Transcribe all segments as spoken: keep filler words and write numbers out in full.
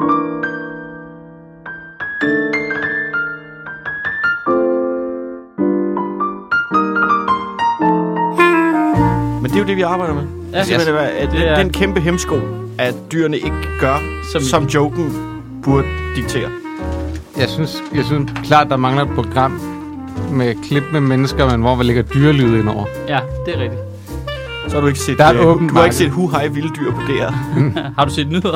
Men det er jo det, vi arbejder med. Ja. Det, yes. det, at det er en kæmpe hemsko, at dyrene ikke gør, som, som joken burde diktere. Jeg synes, jeg synes klart, der mangler et program med klip med mennesker, men hvor man lægger dyrelyde ind over. Ja, det er rigtigt. Så har du ikke set, der uh, du har ikke set Hu Hej Vilde Dyr på D R. Har du set nyheder?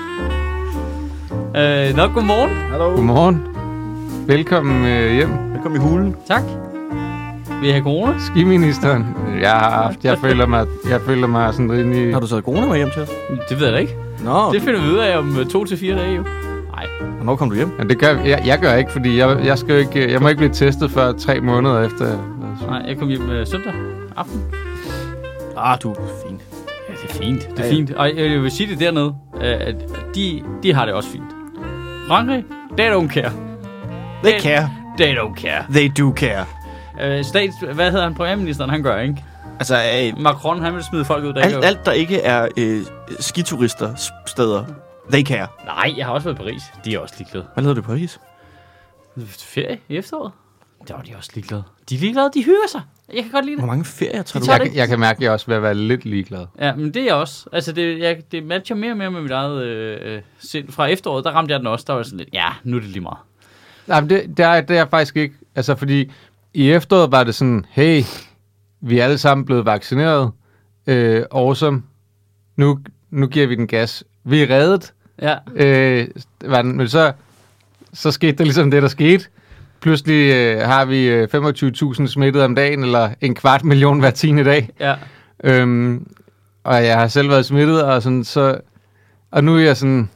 Øh, nå, godmorgen. Hallo. Godmorgen. Velkommen øh, hjem. Velkommen i hulen. Tak. Vil I have corona? Skiministeren. Jeg har haft, jeg føler mig, jeg føler mig sådan rimelig... Har du taget corona med hjem til os? Det ved jeg da ikke. Nå. Det finder vi ud af om to til fire dage, jo. Nej. Hvornår kom du hjem? Ja, det gør jeg, jeg gør ikke, fordi jeg, jeg, skal ikke, jeg må ikke blive testet før tre måneder efter. Nej, jeg kom hjem øh, søndag aften. Ah, du er fint. Ja, det er fint. Det er ja, fint. Og jeg vil sige det dernede, at de, de har det også fint. Frankrig, they don't care. They care. They don't care. They do care. Øh, stats, hvad hedder han? Premierministeren, han gør, ikke? Altså, øh, Macron, han vil smide folk ud, der alt, ikke alt, der ikke er øh, skiturister steder, they care. Nej, jeg har også været i Paris. De er også ligeglade. Hvad lavede du i Paris? Ferie i efteråret. Der var de også ligeglade. De er ligeglade, de hygger sig. Jeg kan godt lide det. Hvor mange ferier tager de du? tager Jeg, jeg kan mærke, at jeg også vil være lidt ligeglad. Ja, men det er jeg også. Altså, det, jeg, det matcher mere og mere med mit eget øh, sind. Fra efteråret, der ramte jeg den også. Der var sådan lidt, ja, nu er det lige meget. Nej, men det, det, er, det er faktisk ikke. Altså, fordi i efteråret var det sådan, hey, vi er alle sammen blevet vaccineret. Øh, awesome. Nu, nu giver vi den gas. Vi er reddet. Ja. Øh, men så, så skete der ligesom det, der skete. Pludselig øh, har vi øh, femogtyve tusind smittede om dagen, eller en kvart million hver tiende dag. Ja. Øhm, og jeg har selv været smittet, og sådan, så... Og nu er jeg sådan...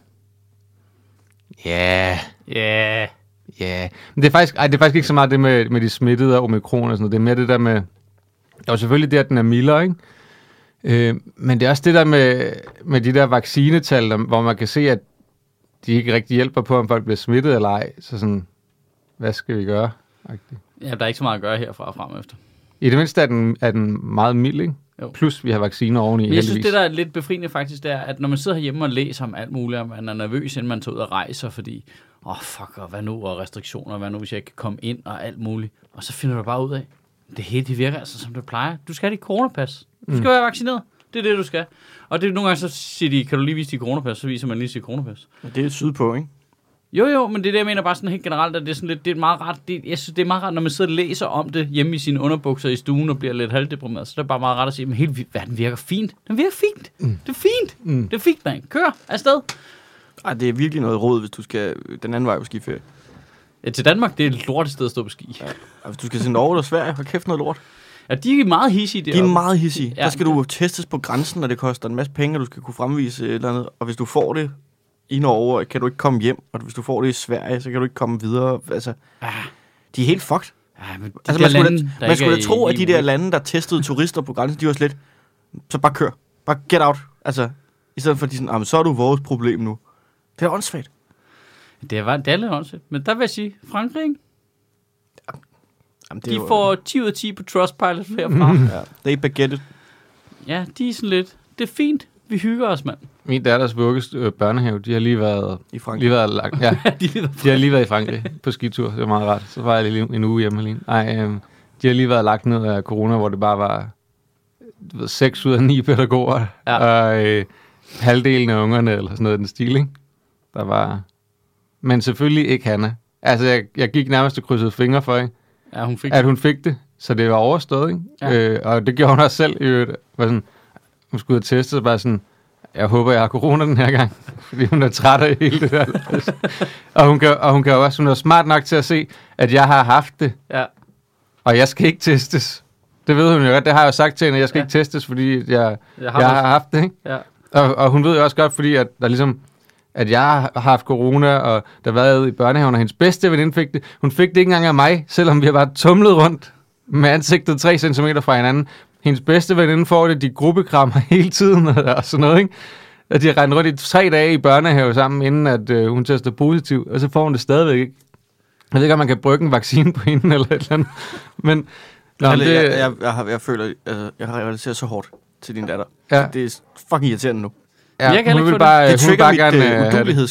Ja... Yeah. Ja... Yeah. Ja... Yeah. Men det er, faktisk, ej, det er faktisk ikke så meget det med, med de smittede og omikron og sådan noget. Det er mere det der med... Og selvfølgelig det, at den er mildere, ikke? Øh, men det er også det der med, med de der vaccinetal, hvor man kan se, at de ikke rigtig hjælper på, om folk bliver smittet eller ej. Så sådan... Hvad skal vi gøre? Ja, der er ikke så meget at gøre herfra og frem efter. I det mindste er den, er den meget mild, ikke? Jo. Plus vi har vacciner oveni. Men jeg synes, det der er lidt befriende faktisk, det er, at når man sidder hjemme og læser om alt muligt, og man er nervøs, inden man tager ud og rejser, fordi, åh oh, fuck, og hvad nu, og restriktioner, hvad nu, hvis jeg ikke kan komme ind, og alt muligt. Og så finder du bare ud af, det hele, det virker altså, som det plejer. Du skal have dit coronapas. Du skal mm. være vaccineret. Det er det, du skal. Og det er nogle gange, så siger de, kan du lige vise dit coronapas? Så viser man lige sit coronapas. Det er sydpå, ikke? Jo, jo, men det er det, jeg mener bare sådan helt generelt, at det er sådan lidt, det er meget rart, det, jeg synes, det er meget rart, når man sidder og læser om det hjemme i sine underbukser i stuen og bliver lidt halvdeprimeret, så det er bare meget rart at sige, at hele verden virker fint. Den virker fint. Mm. Det er fint. Mm. Det er fint, man. Kør afsted. Ej, det er virkelig noget råd, hvis du skal den anden vej på skiferie. Ja, til Danmark, det er et lort sted at stå på ski. Ja. Hvis du skal til Norge eller Sverige, hold kæft noget lort. Ja, de er meget hissige deroppe. De er meget hissige. Ja, der skal du testes på grænsen, og det koster en masse penge, og du skal kunne fremvise et eller andet. Og hvis du får det i Norge, kan du ikke komme hjem. Og hvis du får det i Sverige, så kan du ikke komme videre. Altså, ah. de er helt fucked. Ja, men altså, man skulle lande, da, man skulle da tro, at de der lande, der testede turister på grænsen, de var slet, så bare kør. Bare get out. Altså, i stedet for, at de sådan, så er du vores problem nu. Det er åndssvagt. Det var det er lidt åndssvagt. Men der vil jeg sige, Frankrig, Jamen, de jo, får ti ud af ti på Trustpilot herfra. Ja, they baguette it. Ja, de er sådan lidt, det er fint. Vi hygger os, mand. Min datters vuggest øh, børnehave, de har lige været i Frankrig. Lige været lagt, ja. de, de har lige været i Frankrig på skitur. Det var meget rart. Så var jeg lige en uge hjemme alene. Nej, øh, de har lige været lagt ned af corona, hvor det bare var du ved, seks ud af ni pædagoger. Ja. Og øh, halvdelen af ungerne, eller sådan noget den stil, ikke? Der var... Men selvfølgelig ikke Hanna. Altså, jeg, jeg gik nærmest og krydsede fingre for, ikke? Ja, hun fik at hun fik det. Så det var overstået, ikke? Ja. Øh, og det gjorde hun også selv. Øh, var sådan, hun skulle have testet, så bare sådan... Jeg håber, jeg har corona den her gang, fordi hun er træt af hele det der. og, hun kan, og hun kan også, hun er smart nok til at se, at jeg har haft det, ja. og jeg skal ikke testes. Det ved hun jo godt, det har jeg jo sagt til hende, at jeg skal ja. ikke testes, fordi jeg, jeg, har, jeg har haft det, ikke? Ja. Og, og hun ved jo også godt, fordi at der ligesom, at jeg har haft corona, og der har været i børnehaven, og hendes bedste veninde fik det. Hun fik det ikke engang af mig, selvom vi har bare tumlet rundt med ansigtet tre centimeter fra hinanden. Hendes bedste veninde får det, de gruppekrammer hele tiden, og sådan noget, ikke? At de har rendt rundt i tre dage i børnehave sammen, inden at øh, hun tester positiv, og så får hun det stadigvæk ikke. Jeg ved ikke, om man kan brygge en vaccine på hende, eller et eller andet. Men, nå, jeg, det, jeg, jeg, jeg, har, jeg føler, altså, jeg har realiseret så hårdt til din datter. Ja. Det er fucking irriterende nu. Ja, jeg kan hun ikke vil bare, det. Det hun vil trigger bare mit gerne uh, udulighedsgen.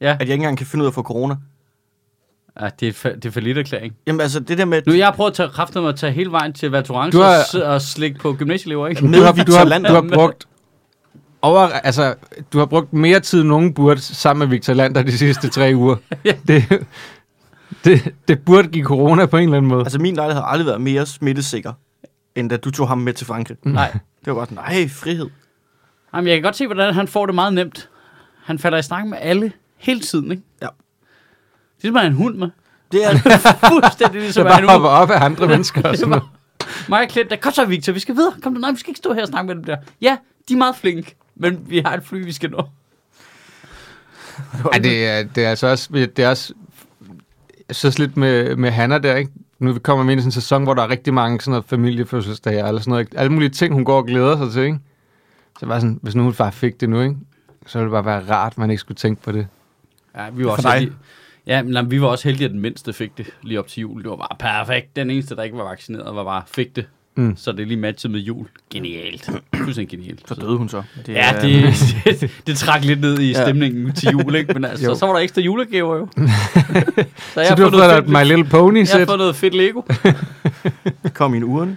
Ja. At jeg ikke engang kan finde ud af at få corona. Ja, det er, fa- det er for lidt erklæring. Jamen altså, det der med... Nu, jeg har prøvet at tage kraften med at tage hele vejen til Vatorance Du har- og, s- og slikke på gymnasieelever, ikke? Med Du har, du, Victor har, Lander. du har brugt over, altså, du har brugt mere tid, end nogen burde, sammen med Victor Lander de sidste tre uger. Ja. det, det, det burde give corona på en eller anden måde. Altså, min lejlighed har aldrig været mere smittesikker, end da du tog ham med til Frankrig. Nej. Det var bare sådan, nej, frihed. Jamen, jeg kan godt se, hvordan han får det meget nemt. Han falder i snak med alle hele tiden, ikke? Ja. Det er som at han er en hund med. Det er Fuldstændig ligesom Så at bare han er en hopper hund. op af andre mennesker og sådan noget. Mig og Klint, der, kom så, Victor, vi skal videre. Kom nu, nej, vi skal ikke stå her og snakke med dem der. Ja, de er meget flinke, men vi har et fly, vi skal nå. Ej, det er, det er altså også, det er også, jeg synes lidt med, med Hanna der, ikke? Nu kommer vi ind i sådan en sæson, hvor der er rigtig mange sådan noget familiefødselsdage, eller sådan noget, ikke? Alle mulige ting, hun går og glæder sig til, ikke? Så bare sådan, hvis nu hun bare fik det nu, ikke? Så ville det bare være rart, man ikke skulle tænke på det. Ja, vi var For også dig. heldige. Ja, men jamen, vi var også heldige, at den mindste fik det lige op til jul. Det var bare perfekt. Den eneste, der ikke var vaccineret, var bare fik det. Mm. Så det er lige matchet med jul. Genialt. Fuldstændig genialt. Så døde hun så. Det Ja, er- det, det, det trak lidt ned i Ja. stemningen til jul, ikke? Men altså, Jo. så var der ekstra julegaver jo. Så, jeg Så du har fået dig et My Little jeg Pony-sæt? har fået noget fedt Lego. kom i en urne.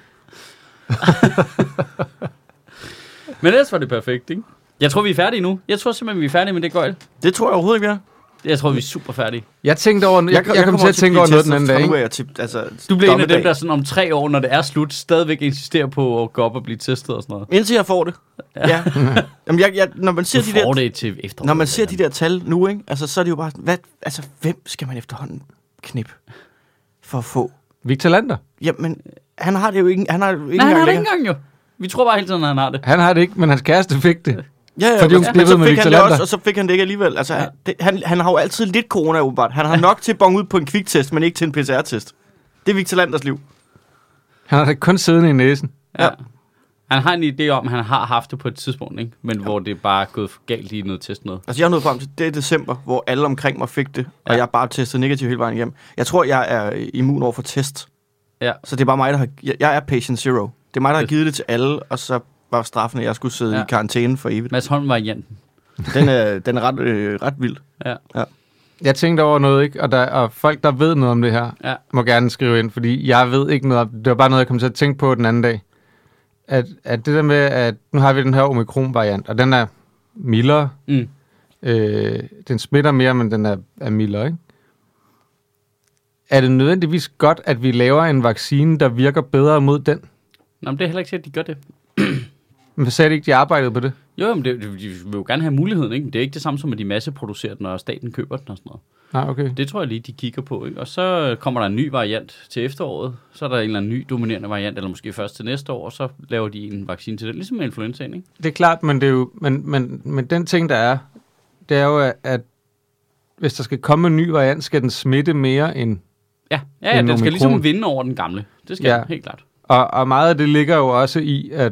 Men ellers var det perfekt, ikke? Jeg tror, vi er færdige nu. Jeg tror simpelthen, vi er færdige med det gøjl. Det tror jeg overhovedet ikke, vi er. Jeg tror, vi er super færdige. Jeg tænkte over, jeg, jeg, jeg kom til at tænke over noget den anden dag, ikke? Til, altså, Du bliver en af dem, dommedag. der sådan om tre år, når det er slut, stadigvæk insisterer på at gå op og blive testet og sådan noget. Indtil jeg får det. Ja. ja. Jamen, jeg, jeg, når man ser Du de der... får det til efteråret. Når man ser de eller der tal nu, ikke? Altså, så er det jo bare sådan, hvad, altså, hvem skal man efterhånden knip for at få? Victor Lander. Jamen, han har det jo ikke, han har det jo ikke Nej, han har det længere. ikke engang jo. Vi tror bare hele tiden, at han har det. Han har det ikke, men hans kæreste fik det. Ja, ja, Fordi hun men, men klippede så med fik Victor han det Lander. også, og så fik han det ikke alligevel. Altså, Ja. ja. det, han, han har jo altid lidt corona, åbenbart. Han har nok til at bonge ud på en kviktest, men ikke til en P C R-test. Det er Victor Landers liv. Han har det kun siddende i næsen. Ja. Ja. Han har en idé om, at han har haft det på et tidspunkt, ikke? Men ja. hvor det bare er gået galt i noget test noget. Altså, jeg er nået frem til, det er december, hvor alle omkring mig fik det, og Ja. jeg bare testet negativt hele vejen hjem. Jeg tror, jeg er immun over for test. Ja. Så det er bare mig, der har... Jeg, jeg er patient zero. Det er mig, der har Fedt. givet det til alle, og så var straffen, at jeg skulle sidde Ja. ja. i karantæne for evigt. Mads Holm varianten. Den er, den er ret, øh, ret vild. Ja. Jeg tænkte over noget, ikke? Og, der, og folk, der ved noget om det her, Ja. må gerne skrive ind, fordi jeg ved ikke noget om det. Det var bare noget, jeg kom til at tænke på den anden dag. At, at det der med, at nu har vi den her omikron-variant, og den er mildere. Mm. Øh, den smitter mere, men den er, er mildere, ikke? Er det nødvendigvis godt, at vi laver en vaccine, der virker bedre mod den? Nå, men det er heller ikke sikkert, at de gør det. Men sagde de ikke, de arbejdede på det? Jo, men det, de vil jo gerne have muligheden, ikke? Det er ikke det samme som, at de masseproducerer den, og staten køber den og sådan noget. Nej, okay. Det tror jeg lige, de kigger på, ikke? Og så kommer der en ny variant til efteråret. Så er der en eller anden ny dominerende variant, eller måske først til næste år, og så laver de en vaccine til den, ligesom med influenzaen, ikke? Det er klart, men, det er jo, men, men, men den ting, der er, det er jo, at, at hvis der skal komme en ny variant, skal den smitte mere end... Ja, ja, ja En den skal omikron. ligesom vinde over den gamle. Det skal Ja. ja. den, helt klart. Og, og meget af det ligger jo også i, at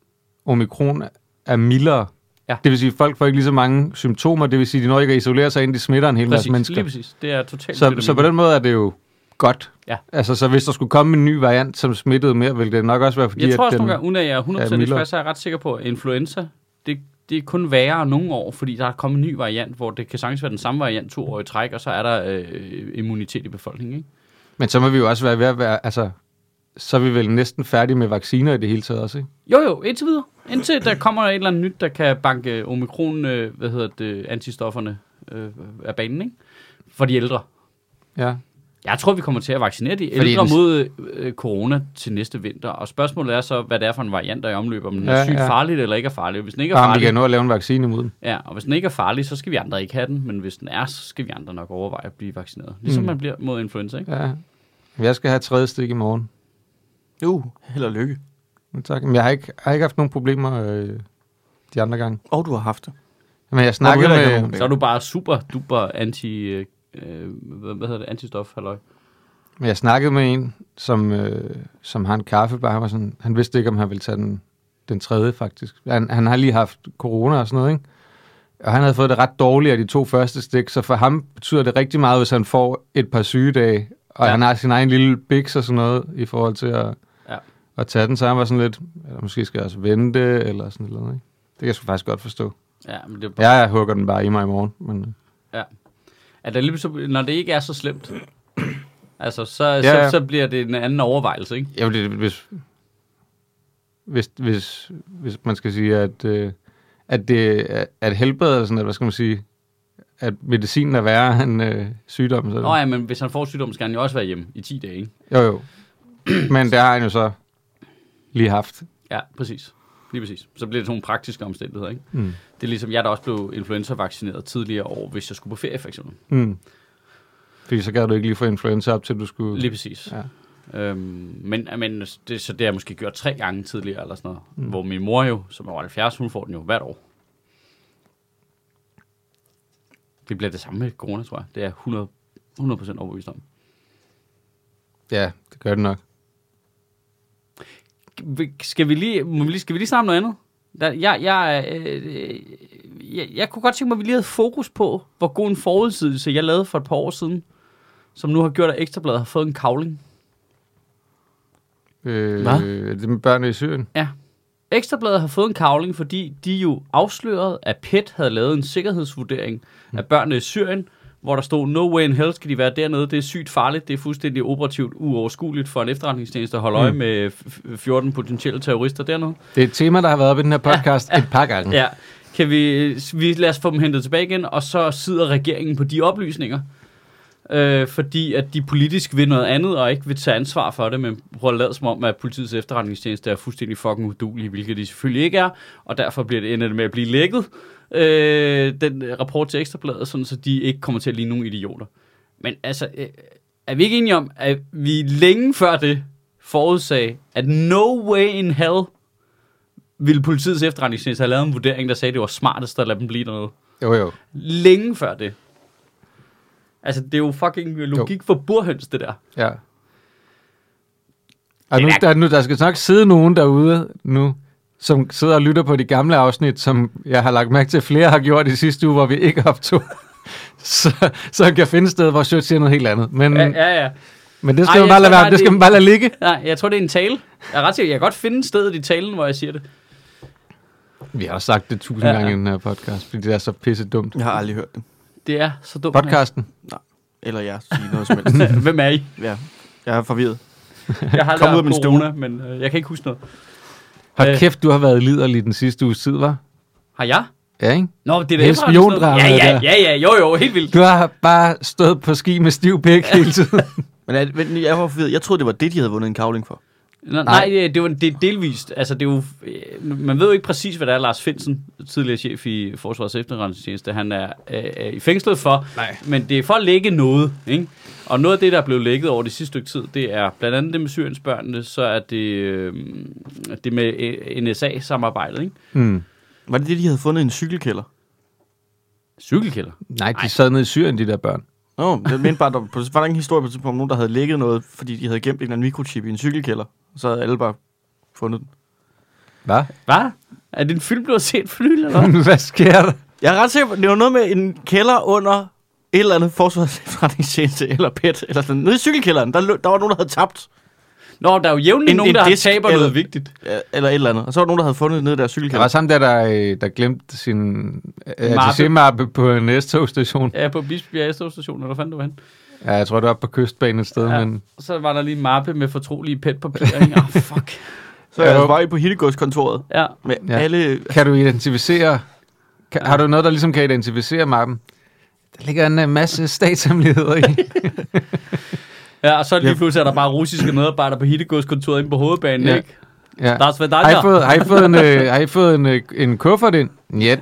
omikron er mildere. Ja. Det vil sige, at folk får ikke lige så mange symptomer. Det vil sige, at de når ikke at isolere sig, inden de smitter en hel masse Præcis, mennesker. lige præcis. Det er totalt Så, det, så på den måde er det jo godt. Ja. Altså, så hvis der skulle komme en ny variant, som smittede mere, ville det nok også være, fordi Jeg tror at også den... nogle gange, uden at jeg er hundrede procent mildere. ekspert, så er jeg ret sikker på, at influenza, det, det er kun værre nogle år, fordi der er kommet en ny variant, hvor det kan sagtens være den samme variant to år i træk, og så er der øh, immunitet i befolkningen, ikke? Men så må vi jo også være ved at være... Altså, så er vi vel næsten færdige med vacciner i det hele taget også, ikke? Jo, jo, indtil videre. Indtil der kommer et eller andet nyt, der kan banke omikron, øh, hvad hedder det, antistofferne øh, af banen, ikke? For de ældre. Ja. Jeg tror, vi kommer til at vaccinere de Fordi ældre den- mod øh, corona til næste vinter. Og spørgsmålet er så, hvad det er for en variant, der er i omløb. Om den er Ja, sygt ja. farligt eller ikke er farlig. Hvis den ikke er Bare om vi farlig, kan nå at lave en vaccine imod den. ja, og hvis den ikke er farlig, så skal vi andre ikke have den. Men hvis den er, så skal vi andre nok overveje at blive vaccineret. Ligesom Mm. man bliver mod influenza, ikke? Ja. Jeg skal have tredje stik i morgen. Uh, held og lykke. Men tak. Men jeg har ikke, jeg har ikke haft nogen problemer øh, de andre gange. Og du har haft det. Men jeg snakkede heller ikke med... have nogen Så er du bare super duper anti... Øh, hvad, hvad hedder det? Antistof, halløj. Men jeg snakkede med en, som, øh, som har en kaffebar. Han, var sådan, han vidste ikke, om han ville tage den, den tredje, faktisk. Han, han har lige haft corona og sådan noget, ikke? Og han havde fået det ret dårligt af de to første stik, så for ham betyder det rigtig meget, hvis han får et par sygedage, og Ja. ja. han har sin egen lille biks og sådan noget, i forhold til at, Ja. at tage den. Så han var sådan lidt, eller måske skal jeg også vente, eller sådan noget, ikke? Det kan jeg sgu faktisk godt forstå. Ja, men det er bare... Jeg hugger den bare i mig i morgen. Men, Ja. At der lige, så, når det ikke er så slemt, altså, så, Ja, så, ja. så bliver det en anden overvejelse, ikke? Ja, det, hvis, hvis, hvis, hvis man skal sige, at, øh, at det at helbred, eller sådan, at, hvad skal man sige, at medicinen er værre end øh, sygdom. Så. Nå ja, men hvis han får sygdom, skal han jo også være hjemme i ti dage, ikke? Jo, jo. Men det har han jo så lige haft. Ja, præcis. Lige præcis. Så bliver det sådan nogle praktiske omstændigheder, ikke? Mm. Det er ligesom, jeg der også blev influenza-vaccineret tidligere år, hvis jeg skulle på ferie, for eksempel. Mm. Fordi så gad du ikke lige få influenza op, til du skulle... Lige præcis. Ja. Øhm, men men det, så det har jeg måske gjort tre gange tidligere, eller sådan noget. Mm. Hvor min mor jo, som er over halvfjerds, hun får den jo hvert år. Det bliver det samme med corona, tror jeg. Det er hundrede procent overbevist om. Ja, det gør det nok. Skal vi lige, må vi lige, skal vi lige snakke om noget andet? Der, jeg, jeg, øh, jeg, jeg kunne godt tænke mig, at vi lige havde fokus på, hvor god en forudsigelse jeg lavede for et par år siden, som nu har gjort, at Ekstrabladet har fået en kavling. Øh, Hvad? Det med børnene i Syrien. Ja. Ekstrabladet har fået en kavling, fordi de jo afslørede, at P E T havde lavet en sikkerhedsvurdering mm. af børnene i Syrien, hvor der stod, no way in hell skal de være dernede, det er sygt farligt, det er fuldstændig operativt uoverskueligt for en efterretningstjeneste at holde øje mm. med fjorten potentielle terrorister dernede. Det er et tema, der har været oppe i den her podcast ja, ja, et par gange. Ja, kan vi, vi lad os få dem hentet tilbage igen, og så sidder regeringen på de oplysninger, øh, fordi at de politisk vil noget andet, og ikke vil tage ansvar for det, men prøver at lade som om, at politiets efterretningstjeneste er fuldstændig fucking udulige, hvilket de selvfølgelig ikke er, og derfor bliver det endet med at blive lækket, øh, den rapport til Ekstrabladet, sådan så de ikke kommer til at ligne nogle idioter. Men altså, øh, er vi ikke enige om, at vi længe før det forudsagde, at no way in hell ville politiets efterretningstjeneste have lavet en vurdering, der sagde, at det var smartest at lade dem blive dernede? Jo, jo. Længe før det. Altså, det er jo fucking logik jo. For burhøns, det der. Ja. Og nu, der, nu, der skal nok sidde nogen derude nu, som sidder og lytter på de gamle afsnit, som jeg har lagt mærke til, flere har gjort i sidste uge, hvor vi ikke optog. så, så kan jeg finde et sted, hvor Sjøt siger noget helt andet. Men, ja, ja, ja. men det skal, Ej, man, bare lade være, det, det skal man bare lade ligge. Nej, jeg tror, det er en tale. Jeg er ret sikker, jeg kan godt finde stedet i talen, hvor jeg siger det. Vi har også sagt det tusind ja, gange ja. i den her podcast, fordi det er så pisse dumt. Jeg har aldrig hørt det. Det er så dumt. Podcasten? Nej. Eller jeg siger noget som helst. Hvem er I? Ja, jeg er forvirret. Jeg har aldrig haft min corona, men øh, jeg kan ikke huske noget. Hold kæft, du har været liderlig den sidste uges tid, var? Har jeg? Ja, ikke? Nå, det er det spiondrama. Ja, ja, ja, ja, jo, jo, helt vildt. Du har bare stået på ski med stiv pæk hele tiden. Men jeg, men jeg var forvirret. Jeg troede, det var det, de havde vundet en kavling for. Nå, nej, det, det, var, det er delvist. Altså, det er jo, man ved jo ikke præcis, hvad det er, Lars Findsen, tidligere chef i Forsvarets Efterretningstjeneste, han er øh, i fængslet for. Nej. Men det er for at lægge noget, ikke? Og noget af det, der er blevet lækket over det sidste stykke tid, det er blandt andet det med Syriens børnene, så er det, øh, det med N S A-samarbejdet, ikke? Mm. Var det det, de havde fundet i en cykelkælder? Cykelkælder? Nej, de Ej. sad nede i Syrien, de der børn. Nå, det mente bare, der var der ingen historie på om nogen, der havde lækket noget, fordi de havde gemt en eller anden mikrochip i en cykelkælder. Og så havde alle bare fundet den. Hvad? Hvad? Er det en film, du har set for nylig, eller hvad? Hvad sker der? Jeg er ret sikker på, det var noget med en kælder under et eller andet forsvarsefterretningstjeneste, eller P E T, eller sådan. Nede i cykelkælderen, der, der var nogen, der havde tabt. Nå, der er jo jævnligt nogen, der har taber eller, noget vigtigt. Eller et eller andet. Og så var der nogen, der havde fundet nede der cykelkælder. Der var sammen der, der, der glemte sin attaché-mappe på en S-togstation. Ja, på Bispebjerg S-togstation, eller hvad fanden du var hen? Ja, jeg tror, det var på kystbanen et sted. Ja, men... så var der lige en mappe med fortrolige P E T-papirer. Åh, oh, fuck. Så jeg var I på Hittegodskontoret. Ja. Med ja. alle... Kan du identificere... Kan, ja. Har du noget, der ligesom kan identificere mappen? Der ligger en masse statshemmeligheder i. Ja, og så lige pludselig er der bare russiske medarbejdere på Hittegodskontoret inde på hovedbanen, ja. Ikke? Ja. Har I fået, har I fået, en, øh, har I fået en, øh, en kuffert ind? Ja.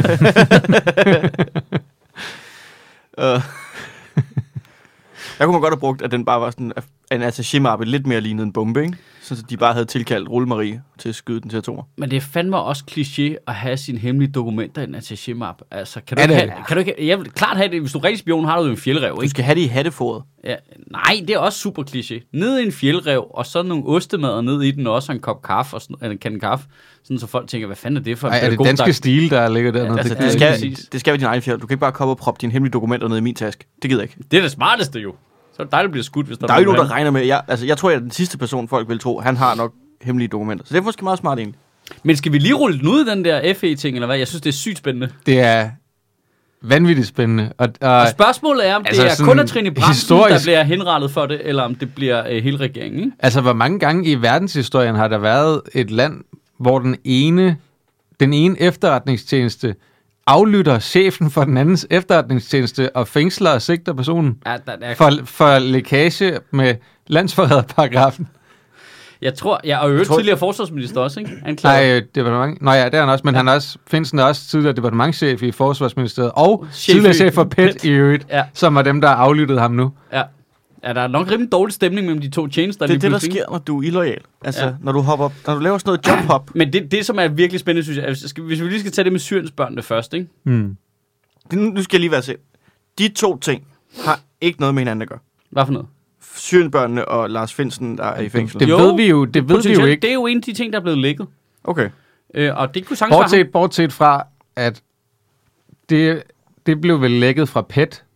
uh. Jeg kunne godt have brugt, at den bare var sådan en attaché-mappe lidt mere lignende en bombe, ikke? Så de bare havde tilkaldt Rulle-Marie til at skyde den til atomer. Men det er fandme også kliché at have sine hemmelige dokumenter i en attaché-mappe. Altså, kan du ikke have, kan du ikke, jeg vil klart have det. Hvis du er rigtig spion, har du jo en fjeldrev, ikke? Du skal have det i hatteforet. Ja, nej, det er også super kliché. Ned i en fjeldrev, og så nogle ostemader ned i den, og også en kop kaffe, og sådan, eller en kande kaffe. Sådan så folk tænker, hvad fanden er det for en Ej, er det danske stil, der ligger dernede? Ja, altså, det, det, skal, det skal være din egen fjeld. Du kan ikke bare komme og proppe dine hemmelige dokumenter ned i min taske. Det gider jeg ikke. Det er det smarteste jo. Så er det dejligt, at blive skudt, hvis der, der er jo nogen, der regner med. Jeg, altså, jeg tror, jeg er den sidste person, folk vil tro, han har nok hemmelige dokumenter. Så det er måske meget smart egentlig. Men skal vi lige rulle den ud, den der F E-ting, eller hvad? Jeg synes, det er sygt spændende. Det er vanvittigt spændende. Og, og, Og spørgsmålet er, om altså det er sådan kun af Trine Bramsen, historisk- der bliver henrettet for det, eller om det bliver øh, hele regeringen, ikke? Altså, hvor mange gange i verdenshistorien har der været et land, hvor den ene, den ene efterretningstjeneste aflytter chefen for den andens efterretningstjeneste og fængsler og sigter personen Ja, der, der, for, for lækage med landsforræderparagrafen? jeg tror, jeg og øvrigt tror- tidligere forsvarsminister også, ikke? Anklaget. Nej, departement. Nå ja, det er han også, men ja. han er også, Finsen er også tidligere departementschef i Forsvarsministeriet, og Chef tidligere i chef for P E T i øvrigt, Ja. som er dem, der har aflyttet ham nu. Ja. Ja, der er nok rimelig dårlig stemning mellem de to tjenester. Det er lige det, der pludselig, ikke? sker, når du er illoyal. Altså, Ja. når du hopper, når du laver sådan noget jobhop. Men det, det, som er virkelig spændende, synes jeg, altså, skal- hvis vi lige skal tage det med Syriensbørnene først, ikke? Hmm. Det, nu skal jeg lige være selv. De to ting har ikke noget med hinanden at gøre. Hvad for noget? Syriensbørnene og Lars Finsen, der er i fængsel. Det Jo, ved vi jo, det ved vi jo Potentielt, ikke. Det er jo en af de ting, der er blevet lækket. Okay. Øh, og det kunne sagtens være ham. Bortset, bortset fra, at det, det blev vel lækket fra P E T,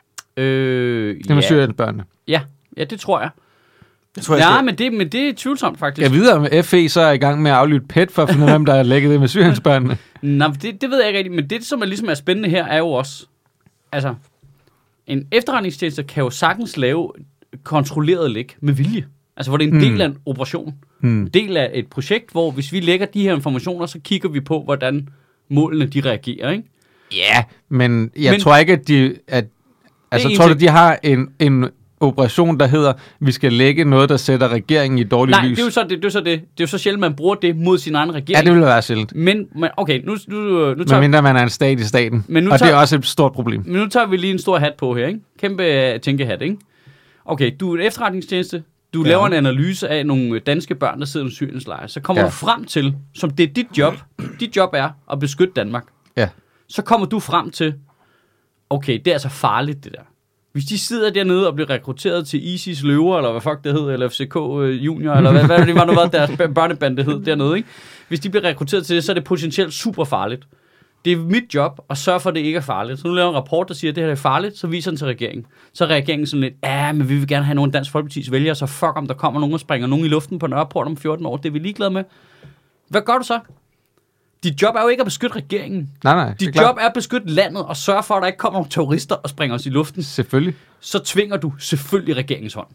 Øh, det med ja. Syriensbørnene. ja, ja, det tror jeg. Jeg tror, jeg Ja, skal... men det, men det er tvivlsomt, faktisk. Jeg ved, om F E så er i gang med at aflytte P E T for at finde ud af, hvem der er lækket det med Syriensbørnene. Nå, det, det ved jeg ikke rigtigt, men det, som er ligesom er spændende her, er jo også, altså, en efterretningstjeneste kan jo sagtens lave kontrolleret læk med vilje. Altså, hvor det er en Hmm. del af en operation. Hmm. En del af et projekt, hvor hvis vi lægger de her informationer, så kigger vi på, hvordan målene de reagerer, ikke? Ja, men jeg Men- men, tror ikke, at de... At, altså, en tror du, ting. de har en, en operation, der hedder, vi skal lægge noget, der sætter regeringen i dårligt Nej, lys? det er jo så det, det, er jo så det. Det er jo så sjældent, man bruger det mod sin egen Ja, regering. det ville være sjældent. Men, men okay, nu, nu, nu Men tager mindre man er en stat i staten. Men nu og det tager- er også et stort problem. Men nu tager vi lige en stor hat på her, ikke? Kæmpe øh, tænkehat, ikke? Okay, du er en efterretningstjeneste. Du Ja. laver en analyse af nogle danske børn, der sidder i Syriens lejre. Så kommer Ja. du frem til, som det er dit job. Dit job er at beskytte Danmark. Ja. Så kommer du frem til, okay, det er altså farligt, det der. Hvis de sidder dernede og bliver rekrutteret til ISIS løver, eller hvad fuck det hed, eller F C K øh, junior, eller hvad, hvad det var nu, hvad deres b- børnebande hed dernede, ikke? Hvis de bliver rekrutteret til det, så er det potentielt super farligt. Det er mit job at sørge for, at det ikke er farligt. Så nu laver jeg en rapport, der siger, at det her er farligt, så viser den til regeringen. Så er regeringen sådan lidt, ja, men vi vil gerne have nogle Dansk Folkepartis vælgere, så fuck om der kommer nogen og springer nogen i luften på Nørreport om fjorten år. Det er vi ligeglade med. Hvad gør du så? Dit job er jo ikke at beskytte regeringen. Nej, nej. det er Dit klart. job er at beskytte landet og sørge for, at der ikke kommer nogle terrorister og springer os i luften. Selvfølgelig. Så tvinger du selvfølgelig regeringens hånd.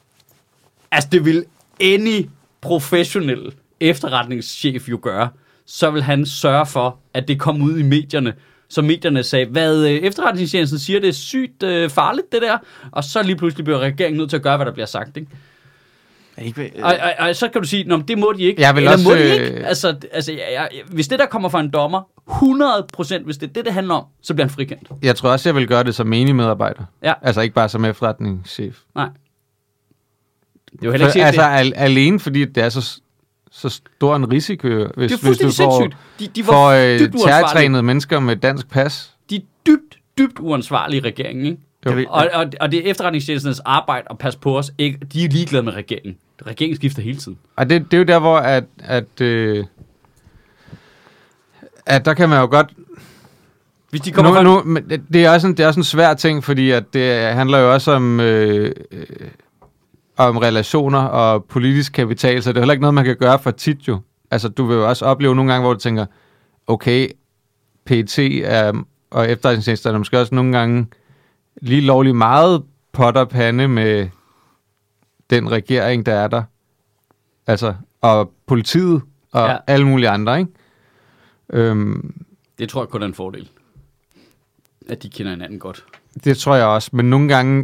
Altså, det vil any professionel efterretningschef jo gøre. Så vil han sørge for, at det kommer ud i medierne. Så medierne sagde, hvad øh, efterretningstjenesten siger, det er sygt øh, farligt, det der. Og så lige pludselig bliver regeringen nødt til at gøre, hvad der bliver sagt, ikke? Er ikke, øh, Og, og, og så kan du sige, nå, men det må de ikke. Jeg vil Eller også, må de øh, ikke? Altså, altså jeg, jeg, hvis det der kommer fra en dommer, hundrede procent, hvis det er det, det handler om, så bliver han frikendt. Jeg tror også, jeg vil gøre det som menig medarbejder. Ja. Altså ikke bare som efterretningschef. Nej. Det er jo heller ikke For, sikkert, altså det, al- alene fordi det er så, så stor en risiko, hvis, det er hvis du fuldstændig får, sindssygt. De, de får var øh, dybt uansvarlige. terrortrænede mennesker med dansk pas. De er dybt, dybt uansvarlige i regeringen, ikke? jeg vil, Og, og, og det er efterretningstjenestens arbejde at passe på os. Ikke? De er ligeglade med regeringen. Regeringen skifter hele tiden. Og det, det er jo der, hvor at, at, øh, at der kan man jo godt... Hvis de kommer Nu, fra... nu, men det, det, er også en, det er også en svær ting, fordi at det handler jo også om, øh, øh, om relationer og politisk kapital, så det er heller ikke noget, man kan gøre for tit jo. Altså, du vil jo også opleve nogle gange, hvor du tænker, okay, P E T er, og efterretningstjenesterne er måske også nogle gange lige lovligt meget potter pande med den regering, der er der. Altså, og politiet og Ja. ja. alle mulige andre, ikke? Øhm, Det tror jeg kun er en fordel. At de kender hinanden godt. Det tror jeg også, men nogle gange,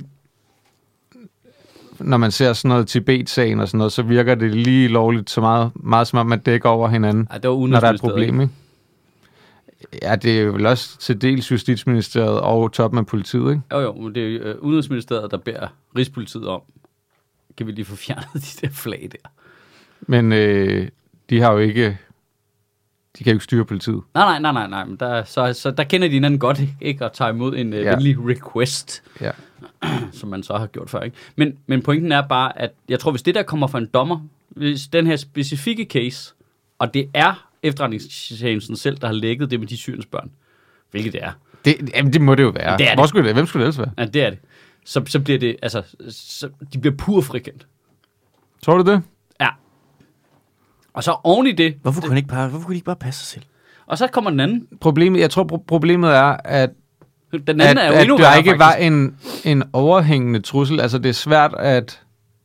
når man ser sådan noget Tibet-sagen og sådan noget, så virker det lige lovligt så meget, meget som om, man dækker over hinanden, Ej, det var når der er et Udenrigsministeriet, problem, ikke? Ja, det er vel også til dels Justitsministeriet og toppen af politiet, ikke? Jo, jo, men det er jo øh, Udenrigsministeriet, der beder Rigspolitiet om, kan vi lige få fjernet de der flag der? Men øh, de har jo ikke, de kan jo ikke styre politiet. Nej, nej, nej, nej, nej, men der, så, så der kender de hinanden godt, ikke? Og tager imod en øh, Ja. venlig request, Ja. som man så har gjort før, ikke? Men, men pointen er bare, at jeg tror, hvis det der kommer fra en dommer, hvis den her specifikke case, og det er efterretningstjenesten selv, der har lækket det med de Syriens børn, hvilket det er, Det, jamen, det må det jo være. Det er det. Hvor skulle det, hvem skulle det ellers være? ja, det er det, så, så bliver det, altså, så, de bliver pur frikendt. Tror du det? Ja. Og så oven i det, hvorfor kunne, han ikke bare, hvorfor kunne de ikke bare passe sig selv? og så kommer den anden. Problemet, jeg tror, pro- problemet er, at Den anden at, er jo at endnu der værre, ikke faktisk. var en, en overhængende trussel. Altså, det er svært at...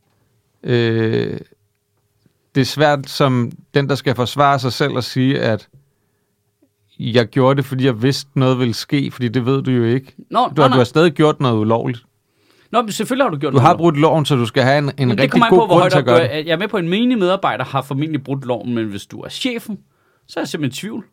Øh, det er svært som den, der skal forsvare sig selv og sige, at jeg gjorde det, fordi jeg vidste, noget ville ske, fordi det ved du jo ikke. Nå, Du har, du har stadig gjort noget ulovligt. Nå, men selvfølgelig har du gjort Du noget. har brudt loven, så du skal have en, en Men det rigtig kommer an god på, hvor grund højt til at op du gøre er. det. Jeg er med på, at en menig medarbejder har formentlig brudt loven, men hvis du er chefen, så er jeg simpelthen i tvivl.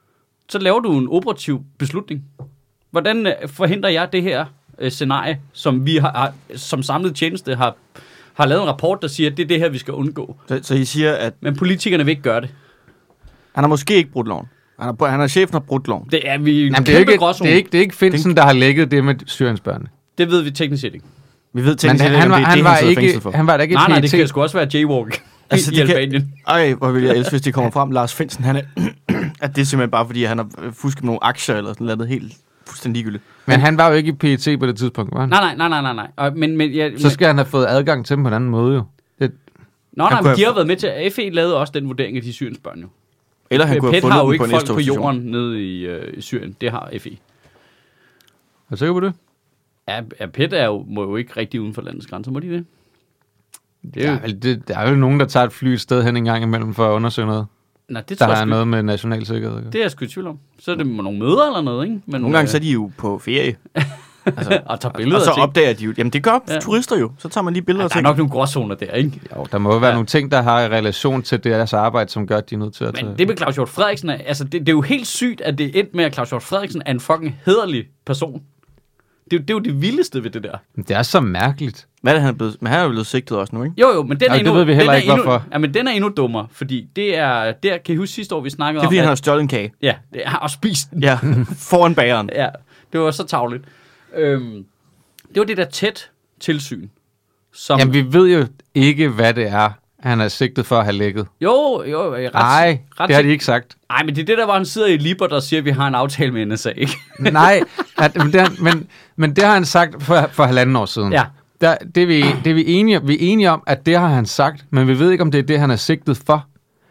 Så laver du en operativ beslutning. Hvordan øh, forhindrer jeg det her øh, scenarie, som vi har, har, som samlet tjeneste har, har lavet en rapport, der siger, at det er det her, vi skal undgå. Så, så I siger, at Men politikerne vil ikke gøre det. han har måske ikke brudt loven. Han er, han er chefen har brudt loven. Det er vi i en Jamen, det, er kæmpe ikke, gråzone. det, er ikke, det er ikke Finsen, der har lægget det med Syriensbørnene. Det ved vi teknisk set ikke. Vi ved Men teknisk han, set, han, om var, det er han, det, var han sidder ikke, fængslet for. han var da ikke Nej, nej, det P E T. kan sgu også være jaywalk Altså, i det kan- Albanien. Ej, hvor vil jeg elske, hvis det kommer frem, Lars Finsen, han er, at det er simpelthen bare, fordi han har fusket med nogle aktier, eller sådan noget helt fuldstændig ligegyldigt. Men han var jo ikke i P E T på det tidspunkt, var han? Nej, nej, nej, nej, nej, nej. Og, men, men, jeg, Så skal han have fået adgang til dem på en anden måde, jo. Det, Nå, nej, kunne men have- de har været med til, at F E lavede også den vurdering af de syriensbørn jo. Eller han kunne have P E T fundet har jo dem ikke på en folk på S-togsstation. jorden nede i, øh, i Syrien. Det har F E. er du sikker på det? Ja, ja, P E T er jo, må jo ikke rigtig uden for landets grænser, må de det? Det Det er er, jo, vel, det, der er jo nogen, der tager et fly et sted hen en gang imellem for at undersøge noget. nej, det tror Der jeg er sgu noget med national sikkerhed. ikke. Det er jeg sgu i tvivl om. Så er det nogle møder eller noget, ikke? Men, Nogle gange så er de jo på ferie, øh, og tager billeder og så af ting. opdager de jo, jamen det gør Ja. ja. turister jo, så tager man lige billeder Ja, og der er ting. nok nogle gråzoner der, ikke? Jo, der må jo være Ja. nogle ting, der har i relation til deres arbejde, som gør, at de er nødt til at tage... Men det med Claus Hjort Frederiksen, er, altså det, det er jo helt sygt, at det er endt med, at Claus Hjort Frederiksen er en fucking hæderlig person. Det, er jo- det er jo det vildeste ved det der. Det er så mærkeligt. Hvad er det, han er blevet, men han er jo blevet sigtet også nu, ikke? Jo, jo, men den Ja, er det endnu... ved vi heller den er ikke, endnu, hvorfor. Ja, men den er endnu dummere, fordi det er... Der, kan I huske sidste år, vi snakkede Det er om... fordi, han at- har stjålet en kage. Ja, det har spist den. Ja, foran bageren. Ja, det var så tavligt. Øhm, det var det der tæt tilsyn, som... Jamen, vi ved jo ikke, hvad det er, han er sigtet for at have lækket. Jo, jo, ret, Nej, ret, det har de ikke sagt. Nej, men det er det der, hvor han sidder i Liber, der siger, at vi har en aftale med N S A, ikke? Nej, at, men, det har, men, men det har han sagt for, for halvanden år siden. Ja. Der, det er vi, det er vi, enige, vi er enige om, at det har han sagt, men vi ved ikke, om det er det, han er sigtet for.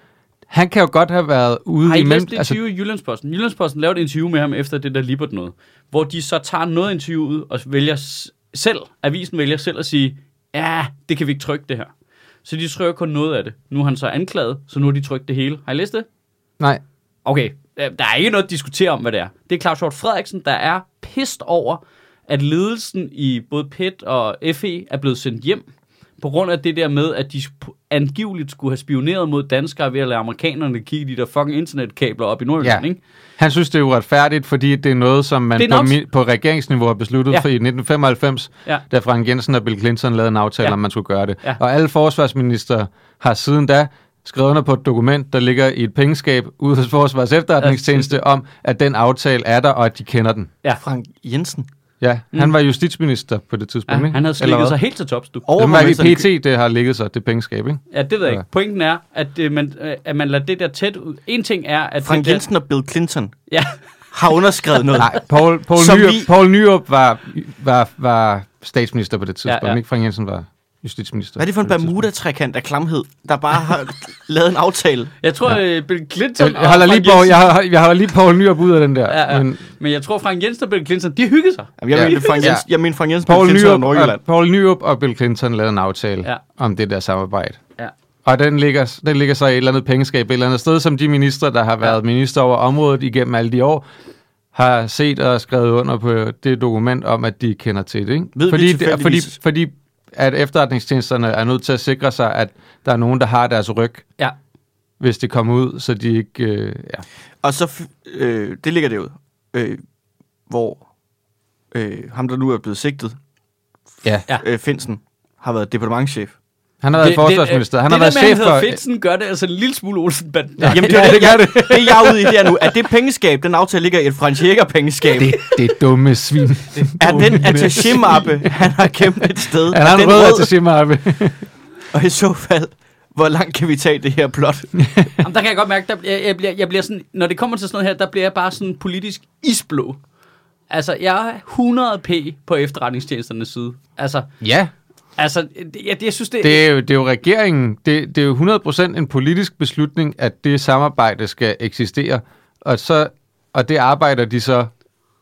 Han kan jo godt have været ude Har I imellem... læst det interview i Jyllandsposten? Jyllandsposten lavede et interview med ham efter det der Libert noget, hvor de så tager noget interview ud og vælger s- selv, avisen vælger selv at sige, ja, det kan vi ikke trykke det her. Så de trykker kun noget af det. Nu er han så anklaget, så nu har de trykt det hele. Har I læst det? Nej, Okay, øh, der er ikke noget at diskutere om, hvad det er. Det er Claus Hjort Frederiksen, der er pissed over, at ledelsen i både P E T og F E er blevet sendt hjem, på grund af det der med, at de sp- angiveligt skulle have spioneret mod danskere ved at lade amerikanerne kigge de der fucking internetkabler op i Nordjylland, Ja. ikke? han synes, det er uretfærdigt, fordi det er noget, som man Det er på, nok- mi- på regeringsniveau har besluttet Ja. for i nitten femoghalvfems, Ja. da Frank Jensen og Bill Clinton lavede en aftale, Ja. om man skulle gøre det. Ja. Og alle forsvarsminister har siden da skrevet under på et dokument, der ligger i et pengeskab ude hos Forsvars efterretningstjeneste, om, at den aftale er der, og at de kender den. Ja. Frank Jensen. Ja, Mm. han var justitsminister på det tidspunkt, Ja, ikke? han havde Eller slikket hvad? sig helt til tops, du. Det var Overvej, i mens han- P E T, det har ligget sig, det pengeskab, ikke? Ja, det ved jeg Ja. ikke. Pointen er, at, øh, man, øh, at man lader det der tæt ud. En ting er, at... Frank det der, Jensen og Bill Clinton Ja, har underskrevet noget. Nej, Poul, Poul, Som Nyrup, vi- Poul Nyrup var, var, var statsminister på det tidspunkt, Ja, ja. ikke? Frank Jensen var justitsminister. Hvad er det for en på tidspunkt. Bermuda-trekant af klamhed, der bare har lavet en aftale? jeg tror, Ja. ja. Bill Clinton Jeg, jeg, holder og lige Frank Poul, Jensen... jeg, har, jeg holder lige Poul Nyrup ud af den der. Ja, ja. Men Men jeg tror, Frank Jensen og Bill Clinton, de hyggede sig. Jamen, jeg, Ja. mener, Frank Ja. Jensen, jeg mener Frank Jensen, Bill Poul Clinton og Nyrup, Nordjylland. og, Poul Nyrup og Bill Clinton lavede en aftale Ja. om det der samarbejde. Ja. Og den ligger, den ligger så i et eller andet pengeskab et eller andet sted, som de ministre, der har været minister over området igennem alle de år, har set og skrevet under på det dokument om, at de kender til det. Ikke? Ved vi fordi, det, fordi, tilfældigvis- fordi at efterretningstjenesterne er nødt til at sikre sig, at der er nogen, der har deres ryg, Ja. hvis det kommer ud, så de ikke... Øh, ja. Og så, f- øh, det ligger derud, øh, hvor øh, ham, der nu er blevet sigtet, Ja. Ja. øh, Finsen, har været departementschef. Han har været forsvarsminister. Han det har været der med, chef han for... hedder Finsen, gør det altså en lille smule Olsen-banden. Ja. Jamen, det, Ja, er det gør det. det jeg er ude i det er nu, at det pengeskab, den aftale ligger i et Franz Jäger-pengeskab. Det, det er dumme svin. Er den attaché-mappe, han har gemt et sted? Han er har en den rød rød? attaché-mappe. Og i så fald, hvor langt kan vi tage det her plot? Jamen, der kan jeg godt mærke, der, jeg, jeg, bliver, jeg bliver sådan, når det kommer til sådan noget her, der bliver jeg bare sådan politisk isblå. Altså, jeg er hundrede p på efterretningstjenesternes side. Altså, Ja, altså det, jeg, jeg synes, det, det er, jo, det er jo regeringen. Det, det er jo hundrede procent en politisk beslutning, at det samarbejde skal eksistere. Og, så, og det arbejder de så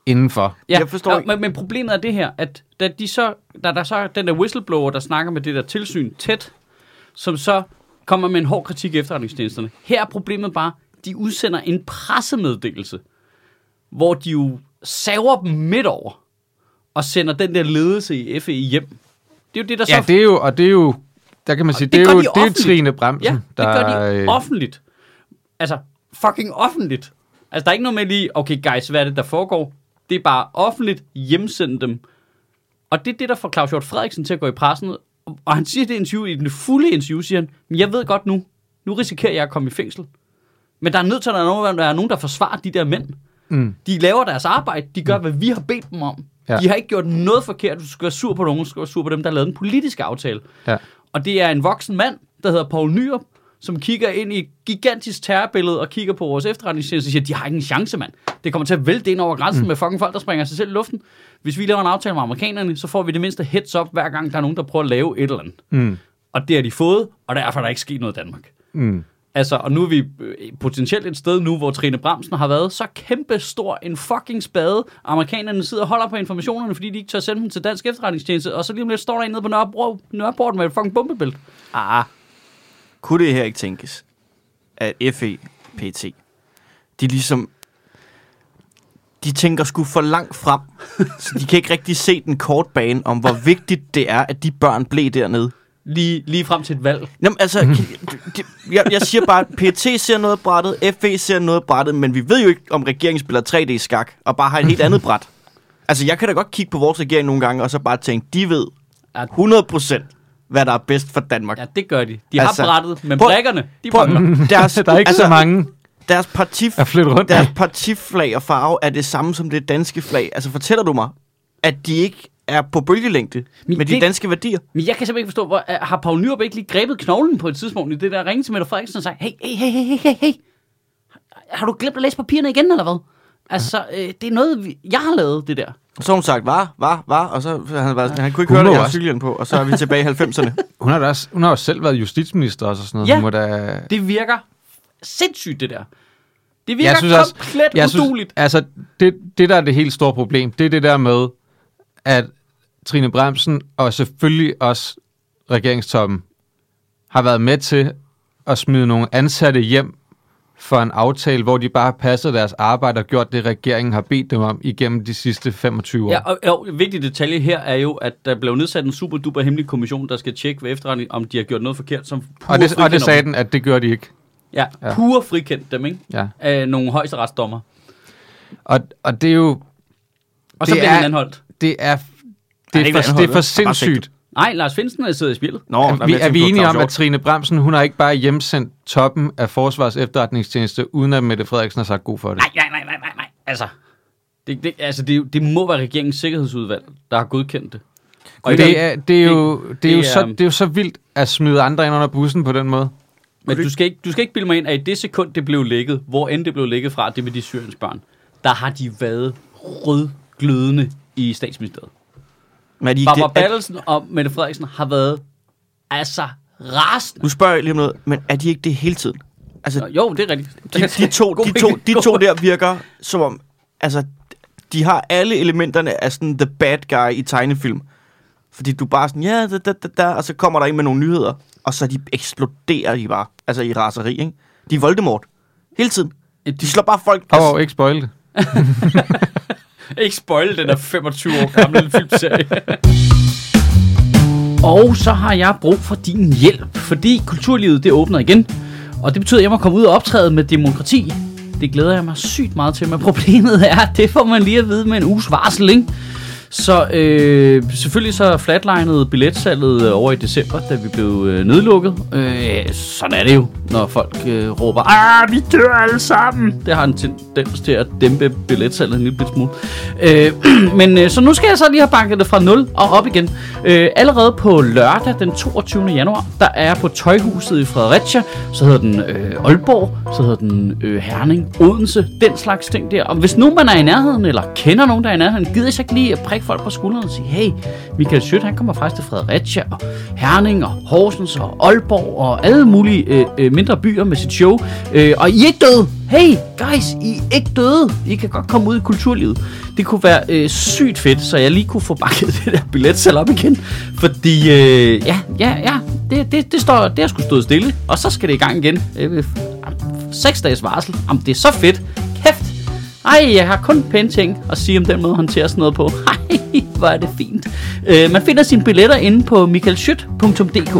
indenfor. Ja, Jeg forstår ja, ikke. men, men problemet er det her, at da de så, da der så er den der whistleblower, der snakker med det der tilsyn tæt, som så kommer med en hård kritik af efterretningstjenesterne. Her er problemet bare, de udsender en pressemeddelelse, hvor de jo saver dem midt over, og sender den der ledelse i F E hjem. Det er jo det, der så... Ja, det er jo, og det er jo, der kan man sige, det det, det er gør jo de det er offentligt. Trine Bramsen, Ja, det der... gør de øh, offentligt. Altså, fucking offentligt. Altså, der er ikke noget med lige, okay guys, hvad er det, der foregår? Det er bare offentligt, hjemsende dem. Og det er det, der får Claus Hjort Frederiksen til at gå i pressen. Og han siger det i interview, i den fulde interview, siger han, men jeg ved godt nu, nu risikerer jeg at komme i fængsel. Men der er nødt til at der er nogen, der, er nogen, der forsvarer de der mænd. Mm. De laver deres arbejde, de gør, hvad vi har bedt dem om. Ja. De har ikke gjort noget forkert, du skal være sur på nogen, du skal være sur på dem, der har lavet en politisk aftale. Ja. Og det er en voksen mand, der hedder Poul Nyrup, som kigger ind i et gigantisk terrorbillede og kigger på vores efterretningstjeneste og siger, de har ikke en chance, mand. Det kommer til at vælte ind over grænsen mm. med fucking folk, der springer sig selv i luften. Hvis vi laver en aftale med amerikanerne, så får vi det mindste heads up, hver gang der er nogen, der prøver at lave et eller andet. Mm. Og det har de fået, og derfor er der ikke sket noget i Danmark. Mm. Altså, og nu er vi potentielt et sted nu, hvor Trine Bramsen har været så kæmpe stor en fucking spade. Amerikanerne sidder og holder på informationerne, fordi de ikke tør sende dem til dansk efterretningstjeneste, og så lige om lidt står der en nede på Nørrebro, Nørreport med et fucking bombebælt. Ah, kunne det her ikke tænkes, at F E P T, de ligesom, de tænker sgu for langt frem, så de kan ikke rigtig se den korte bane om, hvor vigtigt det er, at de børn blev dernede. Lige, lige frem til et valg. Jamen altså, de, jeg, jeg siger bare, at P E T ser noget brættet, F E ser noget brættet, men vi ved jo ikke, om regeringen spiller tre D-skak, og bare har et helt andet bræt. Altså, jeg kan da godt kigge på vores regering nogle gange, og så bare tænke, de ved hundrede procent, hvad der er bedst for Danmark. Ja, det gør de. De Altså, har brættet, men prøv- brækkerne, de prøv- mangler. Deres, Der er ikke altså, så mange Deres, partif, at flytte rundt deres af. partiflag og farve er det samme som det danske flag. Altså, fortæller du mig, at de ikke er på bølgelængde Men med det- de danske værdier? Men jeg kan simpelthen ikke forstå, hvor, har Poul Nyrup ikke lige grebet knoglen på et tidspunkt i det der ringe til Mette Frederiksen og sagt, hey, hey, hey, hey, hey, hey, har du glemt at læse papirerne igen, eller hvad? Altså, øh, det er noget, vi, jeg har lavet, det der. Så har hun sagt, var, var, var, og så han, han, var, han kunne ikke Hun høre det, må jeg har også. cyklen på, og så er vi tilbage i halvfemserne. Hun har, da også, hun har jo selv været justitsminister også og sådan noget. Ja. Hun må da... Det virker sindssygt, det der. Det virker Jeg synes også- komplet Jeg synes, uduligt. altså, det, det der er det helt store problem, det er det der med, at Trine Bramsen og selvfølgelig også regeringstoppen har været med til at smide nogle ansatte hjem for en aftale, hvor de bare har passet deres arbejde og gjort det, regeringen har bedt dem om igennem de sidste femogtyve år. Ja, og, og en vigtig detalje her er jo, at der blev nedsat en super duper hemmelig kommission, der skal tjekke ved efterretning, om de har gjort noget forkert, som pure og, det, og det frikender sagde dem. den, at det gør de ikke. Ja, Ja. pure frikendt dem, ikke? Ja. Af nogle højesteretsdommer. Og, og det er jo... Og så Det bliver er- han anholdt. Det er, det er er, ikke for, anholdt, det er for vel? Bare sindssygt. Nej, Lars Finsen er siddet i spillet. Nå, Er vi, jeg er tænkte vi på enige Claus om, at Hjort. Trine Bramsen, hun har ikke bare hjemsendt toppen af Forsvars efterretningstjeneste, uden at Mette Frederiksen har sagt god for det? Nej, nej, nej, nej, nej, nej. Altså, det, det, altså det, er jo- det må være regeringens sikkerhedsudvalg, der har godkendt det. Og i det, den- er, det, er jo, det, er det jo er- så, det er jo så vildt at smide andre ind under bussen på den måde. Men du skal, ikke, du skal ikke bilde mig ind, at i det sekund, det blev lækket, hvor end det blev lækket fra, det med de Syriens børn, der har de været rødglødende i statsministeriet. Men er de ikke Barbara det, er, Bertelsen og Mette Frederiksen har været, altså, rasende. nu spørger jeg lige om noget, men er de ikke det hele tiden? Altså, Jo, det er rigtigt. de, de, to, God de, to, pointe. de God to pointe. der virker som om, altså, de har alle elementerne af sådan the bad guy i tegnefilm. Fordi du bare sådan, ja, da, da, da, da, og så kommer der ind med nogle nyheder, og så de eksploderer de bare, altså i raseri, ikke? De er Voldemort. Hele tiden. De slår bare folk. Åh, oh, ikke spoil det. Ikke spoil den der femogtyve år gamle filmserie. Og så har jeg brug for din hjælp, fordi kulturlivet det åbner igen. Og det betyder, at jeg må komme ud og optræde med demokrati. Det glæder jeg mig sygt meget til, men problemet er, at det får man lige at vide med en uges varsel, ikke? Så øh, selvfølgelig så flatlinede billetsalget over i december, da vi blev øh, nedlukket. Øh, sådan er det jo, når folk øh, råber, ah, vi dør alle sammen. Det har en tendens til at dæmpe billetsalget en lille bit smule. Øh, men øh, så nu skal jeg så lige have banket det fra nul og op igen. Øh, allerede på lørdag den toogtyvende januar, der er jeg på Tøjhuset i Fredericia. Så hedder den øh, Aalborg, så hedder den øh, Herning, Odense, den slags ting der. Og hvis nogen man er i nærheden, eller kender nogen, der er i nærheden, gider jeg så ikke lige at prikke prikke folk på skulderen og sige, hey, Michael Schødt, han kommer faktisk til Fredericia og Herning og Horsens og Aalborg og alle mulige øh, øh, mindre byer med sit show. Øh, og I er ikke døde. Hey, guys, I er ikke døde. I kan godt komme ud i kulturlivet. Det kunne være øh, sygt fedt, så jeg lige kunne få bakket det der billetsalg op igen. Fordi, øh, ja, ja, ja, det, det, det, står, det har sgu stået stille. Og så skal det i gang igen. Øh, seks dages varsel. Jamen, det er så fedt. Kæft. Ej, jeg har kun pæne ting at sige om den måde at håndtere sådan noget på. Ej, hvor er det fint. Øh, man finder sine billetter inde på michael schødt punktum d k.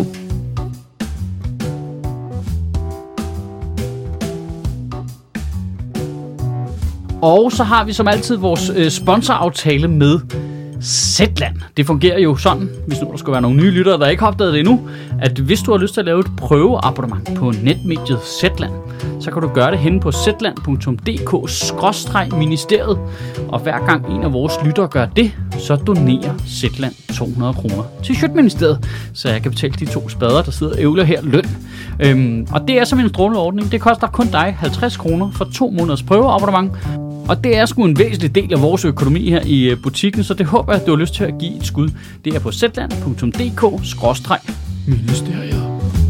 Og så har vi som altid vores øh, sponsoraftale med Zetland. Det fungerer jo sådan, hvis nu der skulle være nogle nye lyttere, der ikke har opdaget det endnu, at hvis du har lyst til at lave et prøveabonnement på netmediet Zetland, så kan du gøre det henne på zetland punktum d k skråstreg ministeriet. Og hver gang en af vores lyttere gør det, så donerer Zetland to hundrede kroner til Sjøtministeriet, så jeg kan betale de to spader, der sidder og ævler her løn. Øhm, og det er som en strålende ordning. Det koster kun dig halvtreds kroner for to måneders prøveabonnement. Og det er sgu en væsentlig del af vores økonomi her i butikken, så det håber jeg, at du har lyst til at give et skud. Det er på zetland punktum d k skråstreg ministeriet.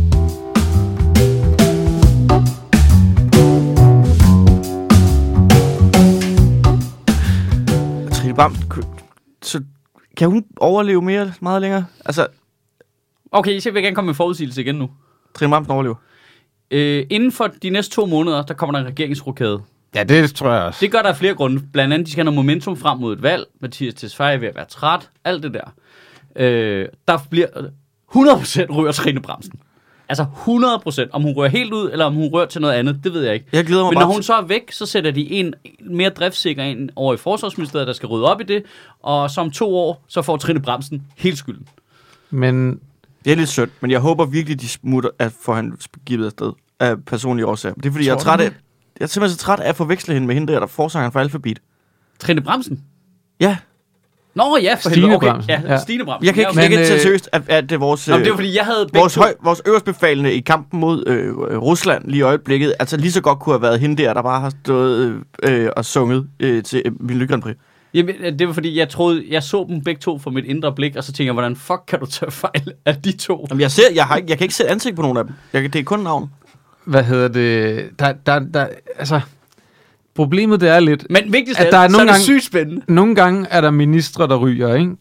Trine Bramsen, så kan hun overleve mere, meget længere? Altså, Okay, så vil jeg gerne komme med forudsigelse igen nu. Trine Bramsen overlever. Øh, inden for de næste to måneder, der kommer der en regeringsrokade. Ja, det tror jeg også. Det gør der af flere grunde. Blandt andet, de skal have noget momentum frem mod et valg. Mathias Tesfaye er ved at være træt. Alt det der. Øh, der bliver hundrede procent ryger Trine Bramsen. Altså hundrede procent. Om hun rører helt ud, eller om hun rører til noget andet, det ved jeg ikke. Jeg glæder mig Men bare når hun så er væk, så sætter de en mere driftsikker en over i Forsvarsministeriet, der skal rydde op i det. Og som to år, så får Trine Bramsen helt skylden. Men Det er lidt sødt, men jeg håber virkelig, de smutter at få han givet afsted af personlige årsager. Det er fordi, jeg er træt af, jeg er simpelthen så træt af at forveksle hende med hende der, der forsangeren for Alphabet. Trine Bramsen? Ja. Nå ja, for Stine helvede. Okay, Bramsen. ja, Ja. Stine Bramsen. Jeg kan ikke, Ja, jeg kan Men, ikke tage øh, seriøst, at, at det er vores, Nå, men det var øh, fordi, jeg havde begge vores, to. høj, vores øverstbefalende i kampen mod øh, Rusland lige i øjeblikket, altså lige så godt kunne have været hende der, der bare har stået øh, øh, og sunget øh, til øh, Melodi Grand Prix. Jamen, det var fordi, jeg troede, jeg så dem begge to fra mit indre blik, og så tænkte jeg, hvordan fuck kan du tage fejl af de to? Jamen, jeg, ser, jeg, har, ikke- jeg kan ikke sætte ansigt på nogen af dem. Jeg, det er kun navn. hvad hedder det? Der, der, der, altså, problemet det er lidt, Men vigtigst At af der er alt, så er nogle det gange- sygt spændende. nogle gange er der ministre, der ryger, ikke?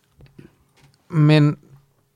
Men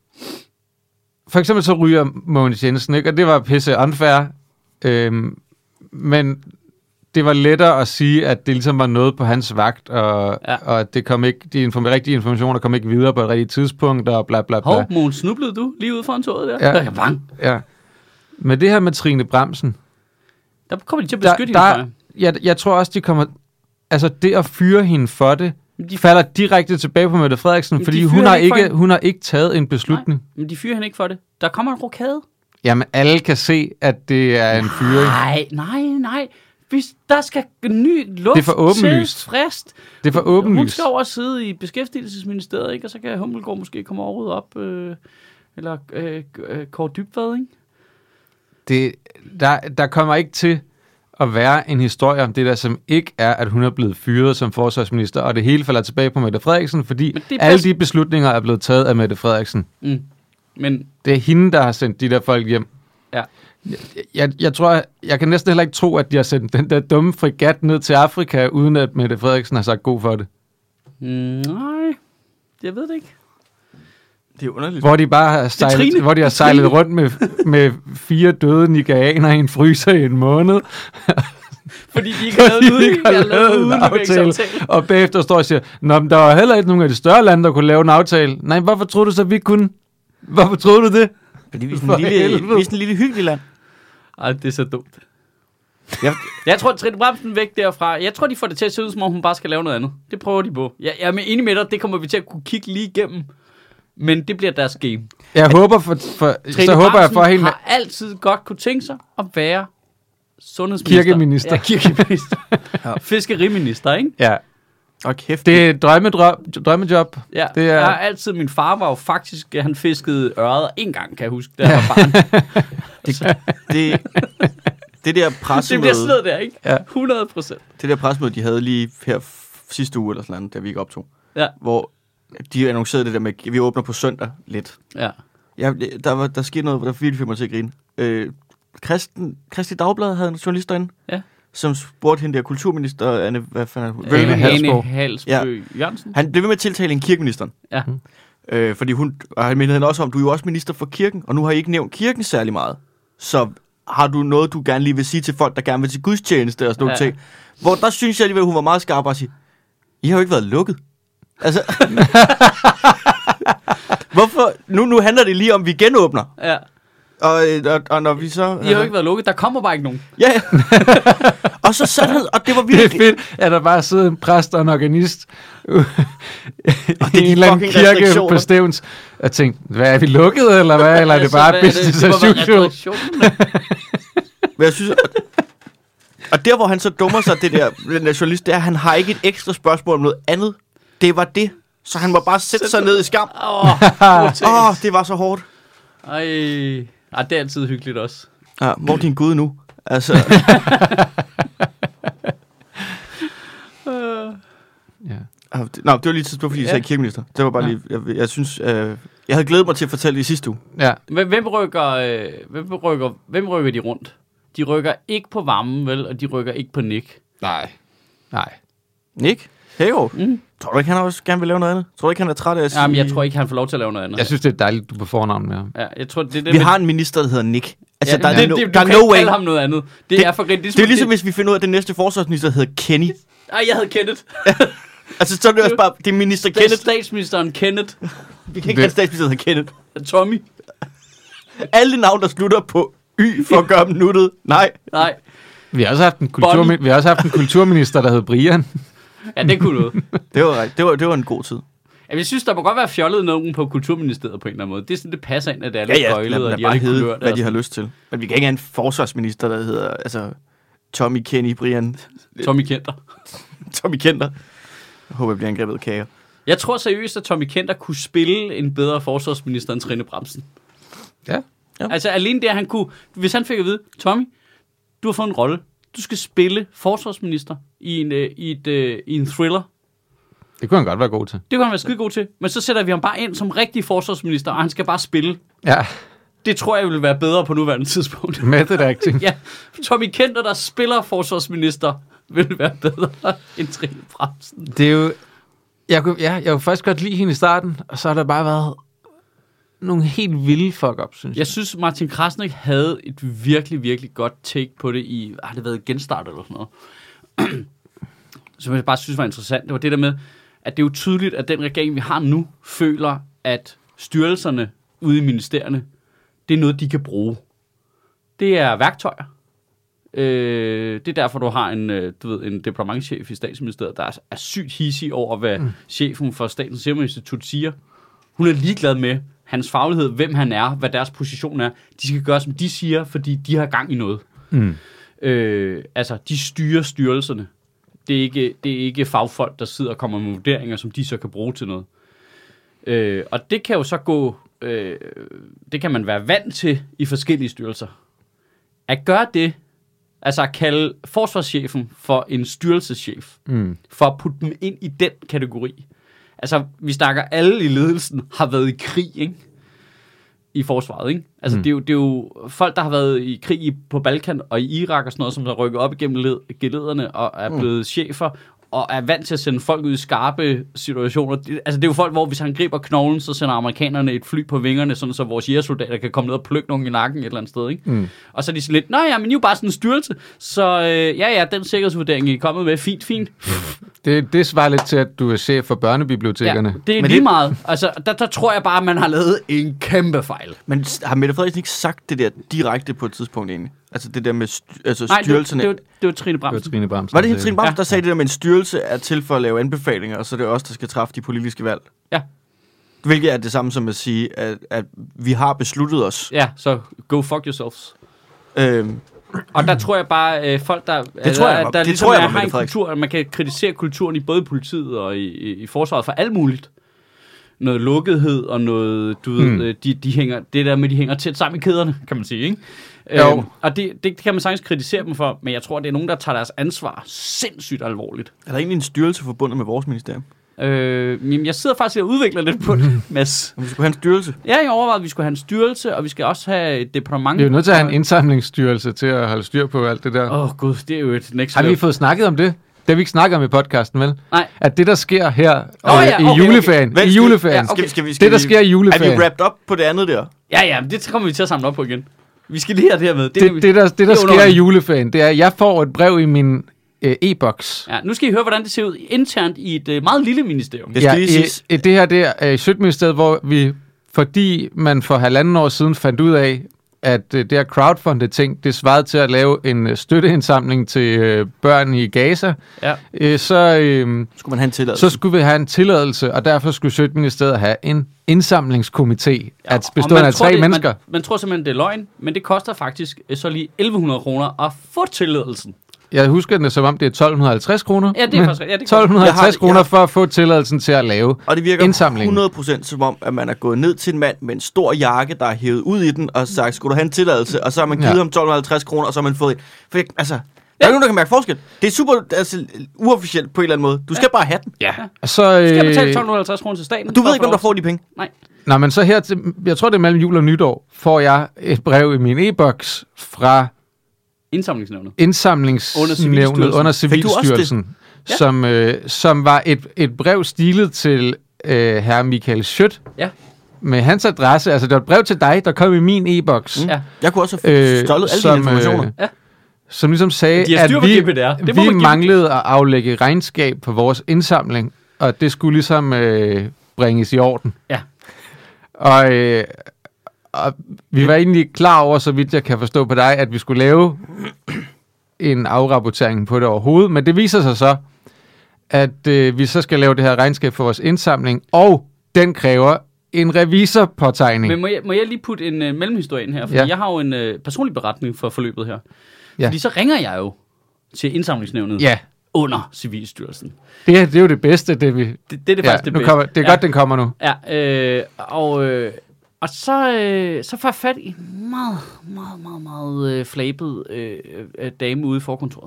for eksempel så ryger Mogens Jensen, ikke? Og det var pisse unfair. Øhm, men det var lettere at sige, at det ligesom var noget på hans vagt, og, Ja. ja. og at det kom ikke, de inform- rigtige informationer kom ikke videre på et rigtigt tidspunkt, og bla bla bla. Hov, Mogens, snublede du lige ude foran toget der? Ja. Ja. Bang. Ja. Men det her med Trine Bramsen, Der kommer de til at der, beskytte hende, tror der, jeg. jeg, jeg tror også, de kommer... Altså, det at fyre hende for det, Men de de, falder direkte tilbage på Mette Frederiksen, Men de fordi fyrer hun har, hende ikke for ikke, hende. hun har ikke taget en beslutning. men de fyrer hende ikke for det. Der kommer en rokade. Jamen, alle kan se, at det er en fyring. Nej, nej, nej. Hvis der skal ny luft Det er for åbenlyst. til frist. Det er for Hun åbenlyst. skal over og sidde i beskæftigelsesministeriet, ikke? Og så kan Hummelgaard måske komme over og rydde op. Øh, eller øh, øh, Kåre Dybvad, ikke? Det, der, der kommer ikke til at være en historie om det der, som ikke er, at hun er blevet fyret som forsvarsminister, og det hele falder tilbage på Mette Frederiksen, fordi Men det er alle pas- de beslutninger er blevet taget af Mette Frederiksen. Mm. Men Det er hende, der har sendt de der folk hjem. ja. Jeg, jeg, jeg tror, jeg kan næsten heller ikke tro, at de har sendt den der dumme fregat ned til Afrika, uden at Mette Frederiksen har sagt god for det. Mm, nej, jeg ved det ikke. Det er underligt. Hvor de bare har sejlet, Trine. hvor de har Det er Trine. sejlet rundt med, med fire døde nigerianere i en fryser i en måned. Fordi de ikke har lavet Fordi ud, de ikke har de har lavet lavet en udleveringsaftale. Og bagefter står og siger, nå, men der var heller ikke nogen af de større lande, der kunne lave en aftale. Nej, hvorfor troede du så, vi ikke kunne? Hvorfor troede du det? Fordi vi er For sådan en lille, helvede. vi er sådan en lille hyggelig land. Ej, det er så dumt. Jeg, Jeg tror, Trine Bramsen væk derfra. Jeg tror, de får det til at se ud, som om hun bare skal lave noget andet. Det prøver de på. Jeg, jeg er enig med dig, det kommer vi til at kunne kigge lige igennem. Men det bliver deres game. Jeg håber for, for Trine så håber jeg Bramsen for hende. har altid godt kunne tænke sig at være sundhedsminister. Kirkeminister. Ja, kirkeminister. ja. Fiskeriminister, ikke? Ja, og kæft. det er et drømmedrøm, drømmejob. Ja, Det det er- er... jeg har altid, min far var jo faktisk, han fiskede øret en gang, kan jeg huske, da jeg var barn. det, det, det der Det pressemøde, bliver sådan noget der, ikke? Ja. hundrede procent. det der pressemøde, de havde lige her f- sidste uge eller sådan noget, da vi ikke optog. Ja. hvor de annoncerede det der med, at vi åbner på søndag lidt. Ja. Ja, der, var, der skete noget, der virkelig fik mig til at grine. Øh, Kristen, Kristi Dagblad havde en journalist derinde, Ja. som spurgte hende der kulturminister, Anne, hvad fanden er Ane Halsbo. Ane Halsbo Ja. Jørgensen. Han blev ved med at tiltale en kirkeministeren. Ja. Øh, fordi hun, og han mindede hende også om, du er jo også minister for kirken, og nu har I ikke nævnt kirken særlig meget. Så har du noget, du gerne lige vil sige til folk, der gerne vil til gudstjeneste og sådan nogle Ja. ting. Hvor der synes jeg alligevel, hun var meget skarp og sige, I har jo ikke været lukket. Altså, hvorfor? Nu, nu handler det lige om, vi genåbner. Ja. Og, og, og når vi så... De har jo ikke været lukket. Der kommer bare ikke nogen. Ja, ja. Og så sad han, og det var Det er virkelig... fedt, at der bare sidder en præst og en organist i det er en de eller anden fucking kirke restriktioner. på Stevns. Jeg tænkte, hvad er vi lukket, eller hvad? Eller er det Altså, bare hvad er det? business Det var as bare usual? restriktionerne. Men jeg synes... Og, og der, hvor han så dummer sig, det der, den der journalist, det er, at han har ikke et ekstra spørgsmål om noget andet. Det var det. Så han må bare sætte sig ned i skam. Åh, Åh, oh, det var så hårdt. Ej. Ej, det er altid hyggeligt også. Ja, hvor er din Gud nu? Altså, Ja. ah, det- nå, det var lige til fordi jeg Ja. sagde kirkeminister. Det var bare Ja. lige, jeg, jeg synes, øh, jeg havde glædet mig til at fortælle det i sidste uge. Ja. Hvem, hvem, rykker, øh, hvem, rykker, hvem rykker de rundt? De rykker ikke på varmen, vel? Og de rykker ikke på Nick. Nej. Nej. Nick? Hægo? Mm. Tror du ikke, han også gerne vil lave noget andet? Tror du ikke, han er træt af at sige... Jamen, jeg tror ikke, han får lov til at lave noget andet. Jeg synes, det er dejligt, du er på fornavn med ham. Ja, jeg tror, det er det Vi med- har en minister, der hedder Nick. Altså, ja, der, det, er no, det, det, der er du no kan ikke way. kalde ham noget andet. Det, Det- er for rent. Det er ligesom, hvis vi finder ud af, at den næste forsvarsminister hedder Kenny. Ej, jeg havde Kenneth. Altså, så er det også bare, det er minister Det er Kenneth. statsministeren Kenneth. Vi kan ikke have statsminister, der hedder Kenneth. Tommy. Alle navn, der slutter på Y, for at gøre dem nuttet. Nej. Nej. Vi har også haft en, kulturmi- Bonnie. vi har også haft en kulturminister, der hed Brian. Ja, det kunne noget. Det var, rigtigt. det var, det var en god tid. Ja, jeg synes, der må godt være fjollet nogen på Kulturministeriet på en eller anden måde. Det er sådan, det passer ind, at det er Ja, lidt ja, gøjlet, lad og dem de da er bare lidt hedde, kulørte. hvad og de har sådan. lyst til. Men vi kan ikke have en forsvarsminister, der hedder altså, Tommy, Kenny, Brian, Tommy Kenter. Tommy Kenter. Jeg håber, jeg bliver angrebet af kager. Jeg tror seriøst, at Tommy Kenter kunne spille en bedre forsvarsminister end Trine Bramsen. Ja. Ja. Altså alene det, at han kunne... Hvis han fik at vide, Tommy, du har fået en rolle. Du skal spille forsvarsminister i en, øh, i et, øh, i en thriller. Det kunne han godt være god til. Det kunne han være skide god til. Men så sætter vi ham bare ind som rigtig forsvarsminister, og han skal bare spille. Ja. Det tror jeg vil være bedre på nuværende tidspunkt. Method acting. Ja, Tommy Kenter, der spiller forsvarsminister, vil være bedre end Trine Bramsen. Det er jo... Jeg kunne, ja, jeg kunne faktisk godt lide hende i starten, og så har der bare været nogle helt vilde fuck-ups, synes jeg. Jeg synes, Martin Krasnik havde et virkelig, virkelig godt take på det i... Har det været genstart eller sådan noget? Som jeg bare synes var interessant. Det var det der med, at det er jo tydeligt, at den regering, vi har nu, føler, at styrelserne ude i ministerierne, det er noget, de kan bruge. Det er værktøjer. Øh, det er derfor, du har en, øh, du ved, en departementschef i statsministeriet, der er, er sygt hissig over, hvad mm. chefen for Statens Serum Institut siger. Hun er ligeglad med hans faglighed, hvem han er, hvad deres position er. De skal gøre, som de siger, fordi de har gang i noget. Mm. Øh, altså, de styrer styrelserne. Det er, ikke, det er ikke fagfolk, der sidder og kommer med vurderinger, som de så kan bruge til noget. Øh, og det kan jo så gå... Øh, det kan man være vant til i forskellige styrelser. At gøre det, altså at kalde forsvarschefen for en styrelseschef, Mm. for at putte dem ind i den kategori. Altså, vi snakker, alle i ledelsen har været i krig, ikke? I forsvaret, ikke? Altså, mm. det, er jo, det er jo folk, der har været i krig i, på Balkan og i Irak og sådan noget, som der rykker op igennem led, gelederne og er blevet mm. chefer, og er vant til at sende folk ud i skarpe situationer. Det, altså, det er jo folk, hvor hvis han griber knoglen, så sender amerikanerne et fly på vingerne, sådan så vores jægersoldater kan komme ned og plukke nogen i nakken et eller andet sted, ikke? Mm. Og så er de sådan lidt, nå ja, men I er jo bare sådan en styrelse, så øh, ja, ja, den sikkerhedsvurdering, I er kommet med, fint, fint. Det, det svarer lidt til, at du er chef for børnebibliotekerne. Ja, det er Men lige det- meget. Altså, der, der tror jeg bare, at man har lavet en kæmpe fejl. Men har Mette Frederiksen ikke sagt det der direkte på et tidspunkt egentlig? Altså det der med st- altså Nej, det, var- styrelserne. det, var, det var Trine Det var Bramsen. Trine Bramsen. Var det hende, Trine Bramsen, Ja. der sagde det der med, en styrelse er til for at lave anbefalinger, og så er det os, der skal træffe de politiske valg? Ja. Hvilket er det samme som at sige, at, at vi har besluttet os. Ja, så go fuck yourselves. Øhm, Og der tror jeg bare, øh, folk der... Det tror jeg var- der det ligesom tror jeg er- var har en Mette Frederiksen. kultur, at man kan kritisere kulturen i både politiet og i, i, i forsvaret for alt muligt. Noget lukkethed og noget, du ved, Mm. øh, de, de hænger, det der med, de hænger tæt sammen i kæderne, kan man sige, ikke? Jo. Øhm, og det, det kan man sagtens kritisere dem for, men jeg tror, det er nogen, der tager deres ansvar sindssygt alvorligt. er der egentlig en styrelse forbundet med vores ministerium? Øh, men jeg sidder faktisk og udvikler lidt på det, Mads. Vi skulle have en styrelse. Ja, jeg overvejede, at vi skulle have en styrelse, og vi skal også have et departement. Vi er jo nødt til at have en indsamlingsstyrelse til at holde styr på alt det der. Åh oh, gud, det er jo et next Har vi level. fået snakket om det? Det har vi ikke snakket om i podcasten, vel? Nej. At det, der sker her Nå, øh, ja, i okay, juleferien, okay. i juleferien, Ja, okay. Skal, skal vi, skal det, der vi, sker i juleferien, er vi wrapped up på det andet der? Ja, ja, men det kommer vi til at samle op på igen. Vi skal lige have det her med. Det, det, det, der, det, der det sker i juleferien, det er, at jeg får et brev i min øh, e-boks. Ja, nu skal I høre, hvordan det ser ud internt i et øh, meget lille ministerium. Det skal Ja, lige i, siges. i det her det er i Sjøtministeriet, hvor vi, fordi man for halvanden år siden fandt ud af, at øh, det her crowdfunded ting, det svarede til at lave en øh, støtteindsamling til øh, børn i Gaza, Ja. øh, så, øh, Skulle man have en tilladelse? så skulle vi have en tilladelse, og derfor skulle Sjøtministeriet have en indsamlingskomité, ja, at Og bestående man af tror, tre det, mennesker. Man, man tror simpelthen, det er løgn, men det koster faktisk øh, så lige elleve hundrede kroner at få tilladelsen. Jeg husker det som om, det er tolv halvtreds kroner. Ja, det er men faktisk- ja, det er tolv Jeg har- halvtreds jeg kroner har- for at få tilladelsen til at lave Og det virker indsamling. hundrede procent som om, at man er gået ned til en mand med en stor jakke, der er hævet ud i den, og sagt, skulle du have en tilladelse? Og så har man givet Ja. ham tolv halvtreds kroner, og så har man fået en. For jeg, altså, der er ikke nogen, der kan mærke forskel. Det er super altså, uofficielt på en eller anden måde. Du skal bare have den. Ja. Og så, Du skal øh, betale tolv halvtreds kroner til staten. Du ved for ikke, at hvem der få får de penge. Nej. Nej, men så her til, jeg tror det er mellem jul og nytår, får jeg et brev i min e-boks fra Indsamlingsnævnet. indsamlingsnævnet Civilstyrelsen. under Fik du også det? Civilstyrelsen, Ja. som, øh, som var et, et brev stilet til øh, herre Michael Schødt Ja. med hans adresse. Altså, det var et brev til dig, der kom i min e-boks, mm. Ja. Jeg kunne også have Øh, stjålet alle som, de informationer. øh, Ja. som ligesom sagde, De har styr at på vi, G P D R. Det må vi man give manglede at aflægge regnskab på vores indsamling, og det skulle ligesom øh, bringes i orden. Ja. Og, øh, og vi var egentlig klar over, så vidt jeg kan forstå på dig, at vi skulle lave en afrapportering på det overhovedet, men det viser sig så, at øh, vi så skal lave det her regnskab for vores indsamling, og den kræver en revisorpåtegning. Men må jeg, må jeg lige putte en uh, mellemhistorie ind her? Fordi Ja. ja. jeg har jo en uh, personlig beretning for forløbet her. Ja. Fordi så ringer jeg jo til indsamlingsnævnet Ja, under Civilstyrelsen. det, er- det er jo det bedste, det vi... Det, det er det Ja, faktisk det nu bedste. kommer, det er ja. godt, den kommer nu. Ja, øh, og, øh, og så, øh, så får jeg fat i en meget, meget, meget, meget øh, flabet øh, øh, dame ude i forkontoret.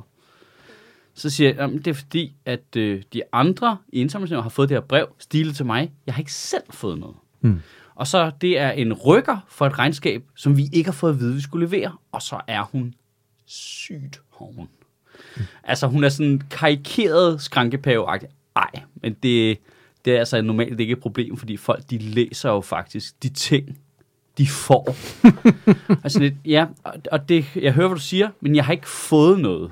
Så siger jeg, jamen, det er fordi, at øh, de andre i indsamlingsnævnet har fået det her brev stilet til mig. Jeg har ikke selv fået noget. Hmm. Og så det er en rykker for et regnskab, som vi ikke har fået at vide, vi skulle levere. Og så er hun sygt hård. Hmm. Altså, hun er sådan karikeret skrankepaveagtig. Ej, men det, det er altså normalt ikke et problem, fordi folk, de læser jo faktisk de ting, de får. altså lidt, ja, og- og det, jeg hører, hvad du siger, men jeg har ikke fået noget.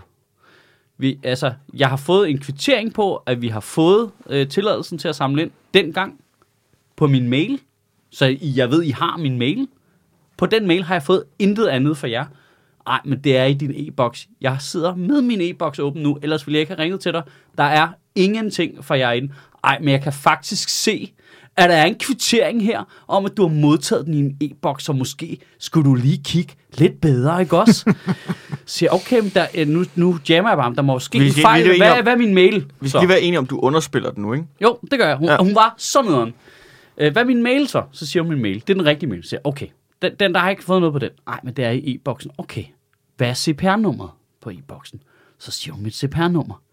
Vi, altså, jeg har fået en kvittering på, at vi har fået øh, tilladelsen til at samle ind dengang på min mail. Så I, jeg ved, I har min mail. På den mail har jeg fået intet andet for jer. Nej, men det er i din e-boks. Jeg sidder med min e-boks åben nu, ellers ville jeg ikke have ringet til dig. Der er ingenting for jer inde. Ej, men jeg kan faktisk se, at der er en kvittering her, om at du har modtaget den i en e-boks, så måske skulle du lige kigge lidt bedre, ikke også? Så jeg, okay, men der, øh, nu, nu jammer jeg bare, om der må ske Vi en skal- fejl. vi er jo Hvad, enige om- hvad er min mail? Vi skal Så. lige være enige om, du underspiller den nu, ikke? Jo, det gør jeg. Hun, Ja. ja. hun var så nederen. Øh, hvad er min mail så? Så siger hun min mail. Det er den rigtige mail. Så siger jeg, okay, den, den der har ikke fået noget på den. Nej, men det er i e-boksen. Okay, hvad er C P R-nummeret på e-boksen? Så siger hun mit C P R-nummer.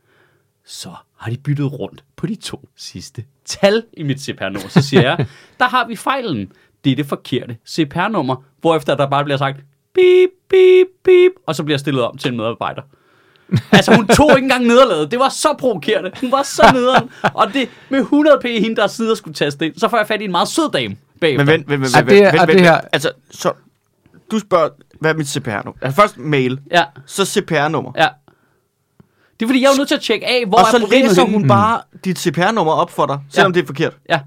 Så har de byttet rundt på de to sidste tal i mit C P R-nummer. Så siger jeg, der har vi fejlen. Det er det forkerte C P R-nummer, hvorefter der bare bliver sagt, beep, beep, beep, og så bliver jeg stillet om til en medarbejder. Altså, hun tog ikke engang nederlaget. Det var så provokerende. Hun var så nederen. Og det med hundrede p hende, der sidder og skulle taste ind. Så får jeg fat i en meget sød dame bagefter. Men vent, vent, vent, Er vent, det- vent, er vent, det her- vent. Altså, så, du spørger, hvad er mit C P R nu? Altså først mail, Ja, så C P R-nummer. ja. Det er fordi, jeg er jo nødt til at tjekke af, hvor Og er så problemet læser henne. hun bare dit C P R-nummer op for dig, selvom Ja. det er forkert. Ja,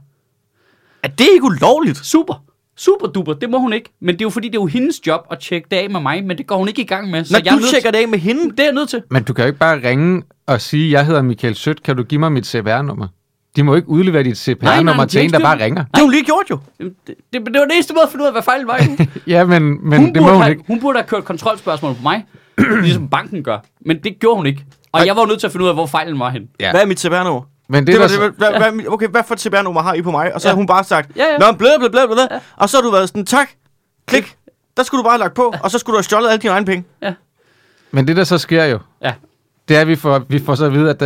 Er det ikke ulovligt? super. Super duper. Det må hun ikke. Men det er jo fordi, det er jo hendes job at tjekke det af med mig, men det går hun ikke i gang med. Så Når jeg er du nødt tjekker til, det af med hende, det er jeg nødt til. Men du kan jo ikke bare ringe og sige, jeg hedder Michael Sødt, kan du give mig mit C P R-nummer? De må ikke udlevere dit C P Nej, nej, R-nummer men til de en, der styr- bare ringer. det har hun lige gjort jo. Det, det, det var den eneste måde at finde ud af, hvad fejlen var. Ikke? Ja, men, men Hun, det må burde hun have, ikke. hun burde have kørt kontrolspørgsmål på mig, ligesom banken gør. Men det gjorde hun ikke. Og jeg var jo nødt til at finde ud af, hvor fejlen var henne. Ja. Hvad er mit C P R-nummer? Men det, Det det var, var det, hvad, hvad, hvad, er mit- okay, hvad for et C P R-nummer har I på mig? Og så Ja. har hun bare sagt, Ja, ja. nå, blød, blød, blød, blød. Og så har du været sådan, tak, klik. Der skulle du bare have lagt på, og så skulle du have stjålet alle dine egne penge. men det, der så sker jo, Ja. det er, at vi får, vi får så at vide, at der,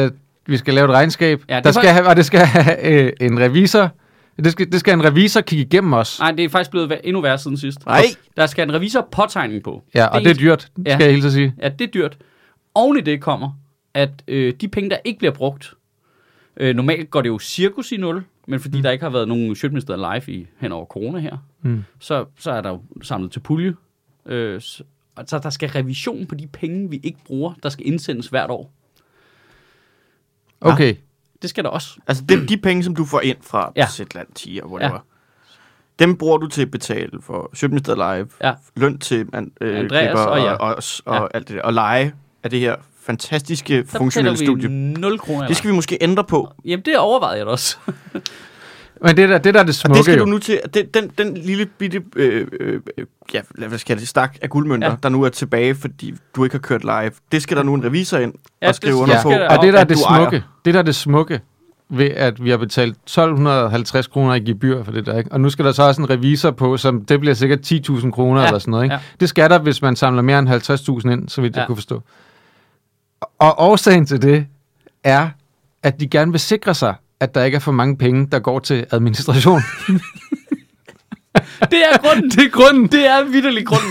vi skal lave et regnskab, Ja, ja, det der er skal faktisk- have, og det skal have øh, en revisor. Det skal, det skal en revisor kigge igennem os. Nej, det er faktisk blevet væ- endnu værre siden sidst. Nej. Der skal en revisor påtegning på. Ja, og det er dyrt, skal Ja. jeg hilse at sige. Ja, det er dyrt. Oven i det kommer, at øh, de penge, der ikke bliver brugt, øh, normalt går det jo cirkus i nul, men fordi mm. der ikke har været nogen Sjøtministeriet live i, hen over corona her, Mm. så, så er der jo samlet til pulje. Øh, så, så der skal revision på de penge, vi ikke bruger, der skal indsendes hvert år. Okay. Det skal der også. Altså, det, de penge, som du får ind fra Ja. ja. Zetland, ti og whatever, Ja. dem bruger du til at betale for Sjøtministeriet Live, Ja. løn til man, øh, Andreas klipper og jer. og, og, og Ja. alt det der, og lege af det her fantastiske, Der funktionelle betaler vi studie. nul kroner. Det skal vi måske ændre på. Jamen, det overvejede jeg da også. Men det der, det der er det Og smukke det skal jo. du nu til. Den, den, den lille bitte, øh, øh, ja, hvad skal jeg det, stak af guldmønter, Ja. ja. der nu er tilbage, fordi du ikke har kørt live. Det skal der nu en revisor ind Ja, og det- skrive det under Ja, på. skal der- og det der er at det du ejer. smukke, det der er det smukke ved, at vi har betalt tolv halvtreds kroner i gebyr for det der, ikke? Og nu skal der så også en revisor på, som det bliver sikkert ti tusind kroner Ja, eller sådan noget, ikke? ja. Det skal der, hvis man samler mere end halvtreds tusind ind, så vidt jeg Ja. kunne forstå. Og årsagen til det er, at de gerne vil sikre sig, at der ikke er for mange penge, der går til administration. Det er grunden. Det er grunden. Det er vitterlig grunden.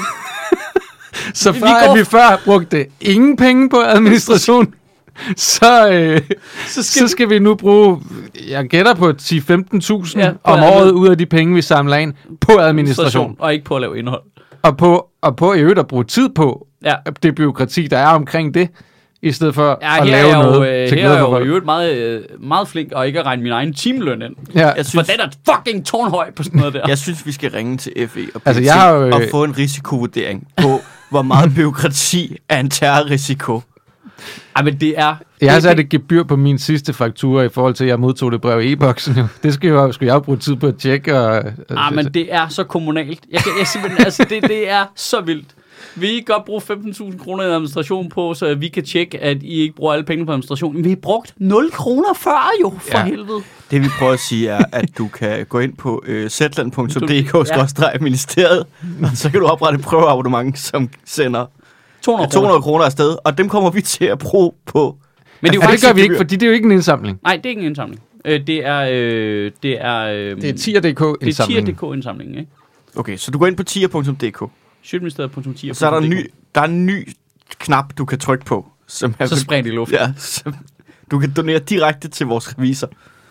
Så Vi fra går- at vi før brugte ingen penge på administration, så, øh, Så skal, så skal vi nu bruge, jeg gætter på ti til femten tusind Ja, ja, på om admin. året ud af de penge, vi samler ind på administration. Og ikke på at lave indhold. Og på, og på i øvrigt at bruge tid på Ja. det bureaukrati, der er omkring det, i stedet for Ja, at her lave er jeg jo, noget øh, til her er glæde jeg for jo i folk. øvrigt meget, øh, meget flink og ikke at regne min egen timeløn ind. Ja. Jeg For synes, den er fucking tårnhøj på sådan noget der. jeg synes, vi skal ringe til F E og, Altså, P E T jeg har jo, øh, og få en risikovurdering på, hvor meget byråkrati er en terrorrisiko. Ej, men det er... Jeg har sat et gebyr på min sidste faktura i forhold til, at jeg modtog det brev i e-boksen. Jo. Det skal jo, skulle jeg jo bruge tid på at tjekke. Og, Ah, men det er så kommunalt. Jeg kan, jeg simpelthen, altså, det, det er så vildt. Vi kan godt bruge femten tusind kroner i administration på, så vi kan tjekke, at I ikke bruger alle penge på administration. Vi har brugt nul kroner før jo, for Ja. helvede. Det vi prøver at sige er, at du kan gå ind på øh, zetland punktum d k skråstreg ministeriet, og så kan du oprette et prøveabonnement, som sender to hundrede to kroner. hundrede kroner afsted, og dem kommer vi til at bruge på. Men det er jo ja, det faktisk... gør vi ikke, fordi det er jo ikke en indsamling. Nej, det er ikke en indsamling. Øh, det er... Øh, det er... Øh, Det er tier punktum d k det er indsamling. tier punktum d k indsamlingen, ikke? Okay, så du går ind på tier punktum d k, og Sjøtministeriet punktum tier så er der en punktum d k. ny, der er en ny knap, du kan trykke på, som er Så spring det i luften. ja, som, du kan donere direkte til vores revisor.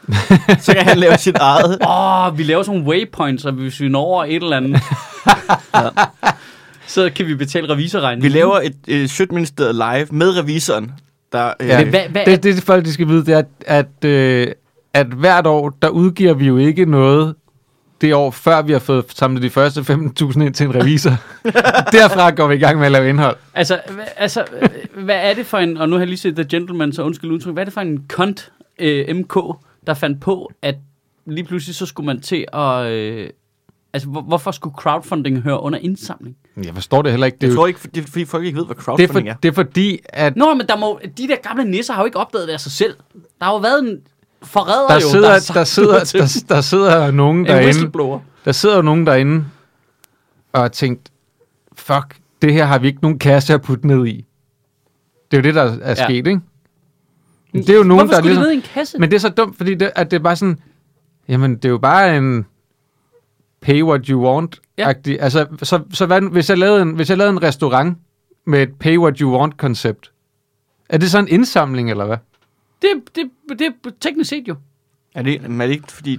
Så kan han lave sit eget. Åh, oh, vi laver sådan nogle waypoints, og hvis vi når over et eller andet, ja. så kan vi betale revisorregningen. Vi laver et øh, Sjøtministeriet live med revisoren, der... Øh, Ja. Men hvad, hvad er Det, det folk de skal vide, det er, at, at, øh, at hvert år, der udgiver vi jo ikke noget det år, før vi har fået samlet de første femten tusind ind til en revisor. Derfra går vi i gang med at lave indhold. Altså, hva, altså øh, hvad er det for en, og nu har jeg lige set The Gentleman, så undskyld udtryk, hvad er det for en kont, øh, M K, der fandt på, at lige pludselig så skulle man til at, øh, altså hvor, hvorfor skulle crowdfunding høre under indsamling? Jeg forstår det heller ikke. Det er, Jeg jo, tror ikke, det er fordi folk ikke ved, hvad det, er crowdfunding for, er. det er fordi, at Nå, men der må, de der gamle nisser har jo ikke opdaget det af sig selv. Der har jo været en forræder der jo, sidder, har der, sagt sidder, noget til der, der sidder nogen en derinde, whistleblower. der sidder jo nogen derinde og har tænkt, fuck, det her har vi ikke nogen kasse at putte ned i. Det er jo det, der er Ja. sket, ikke? Men det er jo nogen, Hvorfor der skulle ligesom, det ned i en kasse? men det er så dumt, fordi det, at det er bare sådan, jamen det er jo bare en pay what you want agtig. Altså, så, så hvad, hvis, jeg lavede en, hvis jeg lavede en restaurant med et pay what you want koncept, er det så en indsamling, eller hvad? Det, det, det er teknisk set jo. Er det, men er det ikke, fordi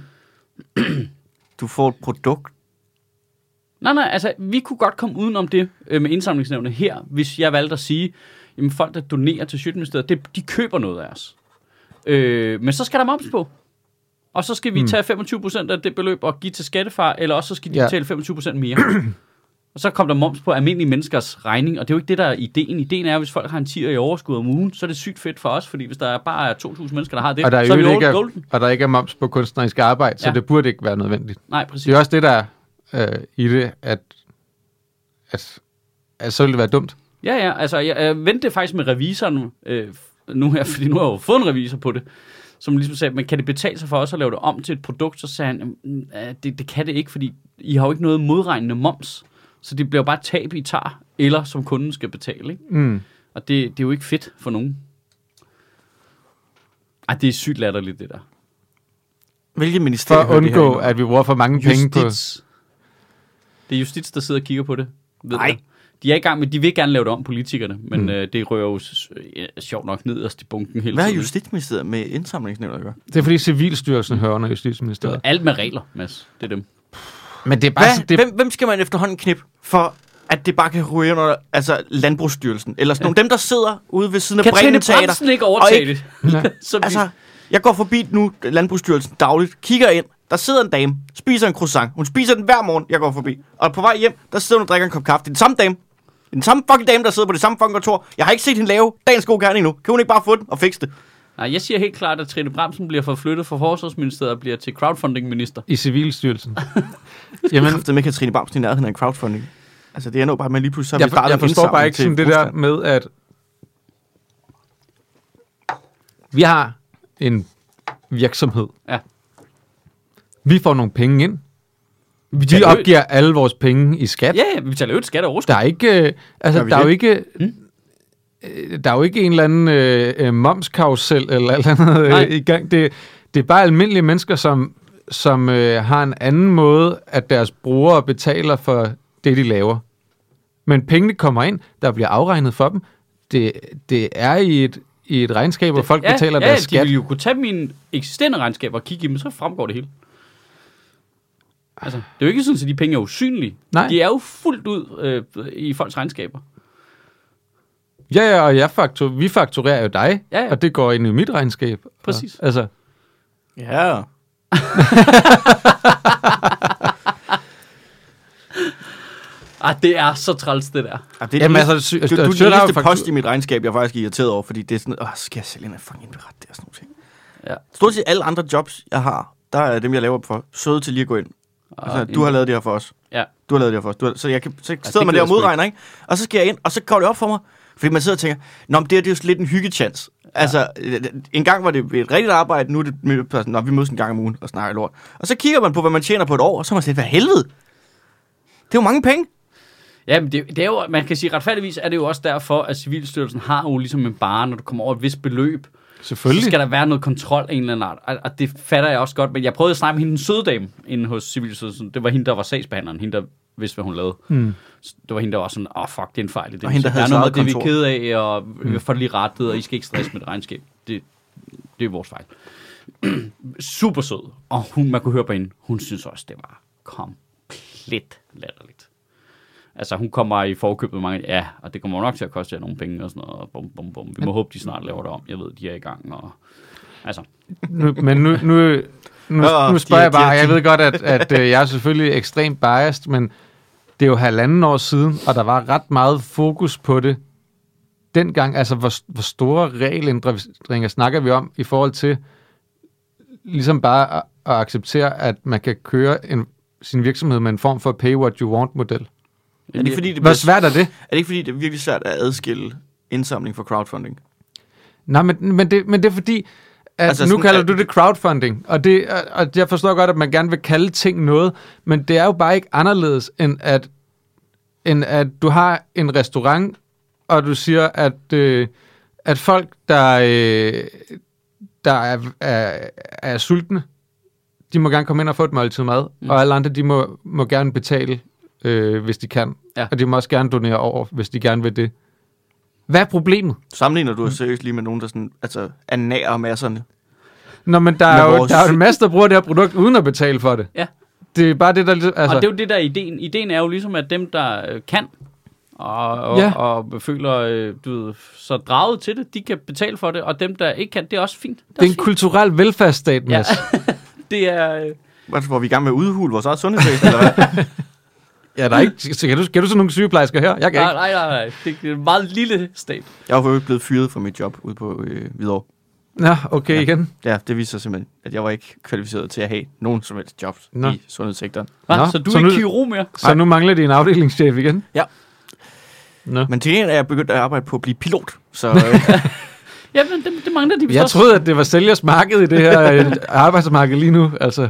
du får et produkt? Nej, nej, altså, vi kunne godt komme udenom det øh, med indsamlingsnævnet her, hvis jeg valgte at sige, jamen folk, der donerer til Sjøtministeriet, det, de køber noget af os. Øh, men så skal der moms på. Og så skal vi Hmm. tage femogtyve procent af det beløb og give til skattefar, eller også så skal de Ja. betale femogtyve procent mere. Og så kommer der moms på almindelige menneskers regning, og det er jo ikke det, der er ideen. Ideen er, at hvis folk har en tier i overskud om ugen, så er det sygt fedt for os, fordi hvis der er bare er to tusind mennesker, der har det, Og der, så er vi jo ikke all er, golden. og der ikke er moms på kunstnerisk arbejde, så Ja. det burde ikke være nødvendigt. Nej, præcis. Det er også det, der er øh, i det, at, at, at så ville det være dumt. Ja, ja, altså jeg, jeg ventede faktisk med revisoren øh, nu her, fordi nu har jeg jo fået en revisor på det, som ligesom sagde, men kan det betale sig for os at lave det om til et produkt? Så sagde han, "Mm, ja, det, det kan det ikke, fordi I har jo ikke noget modregnende moms, så det bliver jo bare tab, I tager, eller som kunden skal betale, ikke? Mm. Og det, det er jo ikke fedt for nogen. Ej, det er sygt latterligt, det der. Hvilket For ministerie at hører det her undgå, ind at vi bruger for mange penge på... Justits. Det er Justits, der sidder og kigger på det. Ved Nej. jeg. De er i gang med, de vil gerne lave det om, politikerne, men Mm. øh, det rører jo s- ja, sjovt nok nederst i bunken hele Hvad har tiden. Justitsministeriet med indsamlingsnævnet at gøre? Det er fordi Civilstyrelsen hører under Justitsministeriet. Alt med regler, Mads. Det er dem. Men det er bare... Hvad? sådan- Det, Hvem, hvem skal man efterhånden knip for, at det bare kan ryge under altså, Landbrugsstyrelsen? Eller sådan ja. nogle, dem, der sidder ude ved siden af Kan Bremen Trine Teater. Bramsen ikke overtage og det? Ja. Så vi, Altså, jeg går forbi nu Landbrugsstyrelsen dagligt, kigger ind, der sidder en dame, spiser en croissant. Hun spiser den hver morgen, jeg går forbi. Og på vej hjem, der sidder hun og drikker en kop kaffe. Det er den samme dame. Det er den samme fucking dame, der sidder på det samme fucking kontor. Jeg har ikke set hende lave dagens gode gerning endnu. Kan hun ikke bare få den og fikse det? nej, jeg siger helt klart, at Trine Bramsen bliver forflyttet fra Forsvarsministeriet og bliver til crowdfunding-minister. I Civilstyrelsen. Jamen, jeg med Katrine Bramsen i nærheden af en crowdfunding. Altså, det er nu bare med lige pludselig, så har Jeg, vi for, startet jeg en forstår bare indsamling ikke til sådan det der Rusland. med, at vi har en virksomhed. Ja. Vi får nogle penge ind. Vi Vi taler jo- opgiver alle vores penge i skat. Ja, ja, vi betaler jo et skat og overskud. Der er ikke, øh, altså, Gør vi der er jo det? ikke, Hmm? øh, der er jo ikke en eller anden øh, øh, momskarusel eller alt andet Nej. øh, i gang. Det, det er bare almindelige mennesker, som, som øh, har en anden måde, at deres brugere betaler for det, de laver. Men pengene kommer ind, der bliver afregnet for dem. Det, det er i et, i et regnskab, hvor folk ja, betaler ja, deres de skat. vil jo kunne tage mine eksisterende regnskaber og kigge i dem, så fremgår det hele. Altså, det er jo ikke sådan, at de penge er usynlige. Nej. De er jo fuldt ud øh, i folks regnskaber. Ja, ja, og jeg faktur, vi fakturerer jo dig, Ja, ja. og det går ind i mit regnskab. Præcis. Og, altså, Ja. Ah, det er så træls, det der. Ja, det er Jamen, den altså, sy- eneste- du, du, sy- er den der er jo eneste faktur- post i mit regnskab, jeg er faktisk irriteret over, fordi det er sådan, åh, skal jeg selv ind og fucking indberette det og sådan nogle ting. Ja. Stort set alle andre jobs, jeg har, der er dem, jeg laver for, søde til lige at gå ind. Altså, du har lavet det her for os. Ja. Du har lavet det her for os. Du har, så jeg kan, så sidder det man der gider og jeg sgu modregner, ikke? Og så skal jeg ind, og så går det op for mig. Fordi man sidder og tænker, nå, men det, her, det er jo lidt en hyggechance. Ja. Altså, øh, en gang var det et rigtigt arbejde, nu er det, nå, vi mødes en gang om ugen og snakker lort. Og så kigger man på, hvad man tjener på et år, og så er man sådan, hvad helvede? Det er jo mange penge. Ja, men det, det er jo, man kan sige, retfærdigvis er det jo også derfor, at Civilstyrelsen har jo ligesom en barre, når du kommer over et vist beløb. selvfølgelig. Så skal der være noget kontrol af en eller anden art. Og, og det fatter jeg også godt, men jeg prøvede at snakke med hende, den søde dame, inde hos Civilstyrelsen. Det var hende, der var sagsbehandleren, hende, der vidste, hvad hun lavede. Hmm. Det var hende, der var sådan, åh oh, fuck, det er en fejl i det. Og hende, der der havde er noget, sit det er vi kontor. ked af, og vi får det lige rettet, og I skal ikke stresse med det regnskab. Det, det er vores fejl. Super sød. Og hun, man kunne høre på hende, hun synes også, det var komplet latterligt. Altså, hun kommer i forkøbet mange, ja, og det kommer nok til at koste jer nogle penge og sådan noget, og bum, bum, bum. Vi må håbe, de snart laver det om. Jeg ved, de er i gang, og altså. Nu, men nu, nu, nu, Nå, nu spørger de- jeg bare, de- jeg ved godt, at, at øh, jeg er selvfølgelig ekstremt biased, men det er jo halvanden år siden, og der var ret meget fokus på det dengang. Altså, hvor, hvor store regelændringer snakker vi om i forhold til ligesom bare at, at acceptere, at man kan køre en, sin virksomhed med en form for pay what you want-model. Er det, fordi, det Hvor bliver, svært er det? er det ikke fordi, det er virkelig svært at adskille indsamling fra crowdfunding? Nej, men, men, det, men det er fordi, at Altså altså, nu sådan, kalder at- du det crowdfunding, og, det, og jeg forstår godt, at man gerne vil kalde ting noget, men det er jo bare ikke anderledes, end at, end at du har en restaurant, og du siger, at, øh, at folk, der, øh, der er, er, er sultne, de må gerne komme ind og få et måltid mad, mm. og alle andre, de må, må gerne betale, øh, hvis de kan, Ja. og de må også gerne donere over, hvis de gerne vil det. Hvad er problemet? Sammenligner du seriøst lige med nogen, der sådan, altså, ernærer masserne? Nå, men der Med er, jo, vores- der er jo en masse, der bruger det her produkt, uden at betale for det. Ja. Det er bare det, der... Altså, Og det er jo det der ideen. Ideen er jo ligesom, at dem, der øh, kan, og, og, Ja. ja. og føler, øh, du ved, så draget til det, de kan betale for det, og dem, der ikke kan, det er også fint. Det er, det er en også fint. kulturel velfærdsstat, Ja. Mads. Det er... Øh, Hvorfor var vi i gang med at udhule vores eget sundhedsvæsen, eller hvad? Ja, der er ikke... Så kan du, kan du så nogle sygeplejersker her? Jeg kan nej, ikke. nej, nej, nej. Det er en meget lille stat. Jeg var jo ikke blevet fyret fra mit job ude på øh, Hvidovre. Nå, okay Ja. igen. Ja, det viser sig simpelthen, at jeg var ikke kvalificeret til at have nogen som helst jobs Nå. i sundhedssektoren. Hva? Nå, Så du så er ikke nu- kirurg mere? Så nu mangler de en afdelingschef igen? Ja. Nå. Men til gengæld er jeg begyndt at arbejde på at blive pilot, så øh, Ja, men det, det mangler de vist Jeg også. troede, at det var sælgers marked i det her øh, arbejdsmarked lige nu, altså.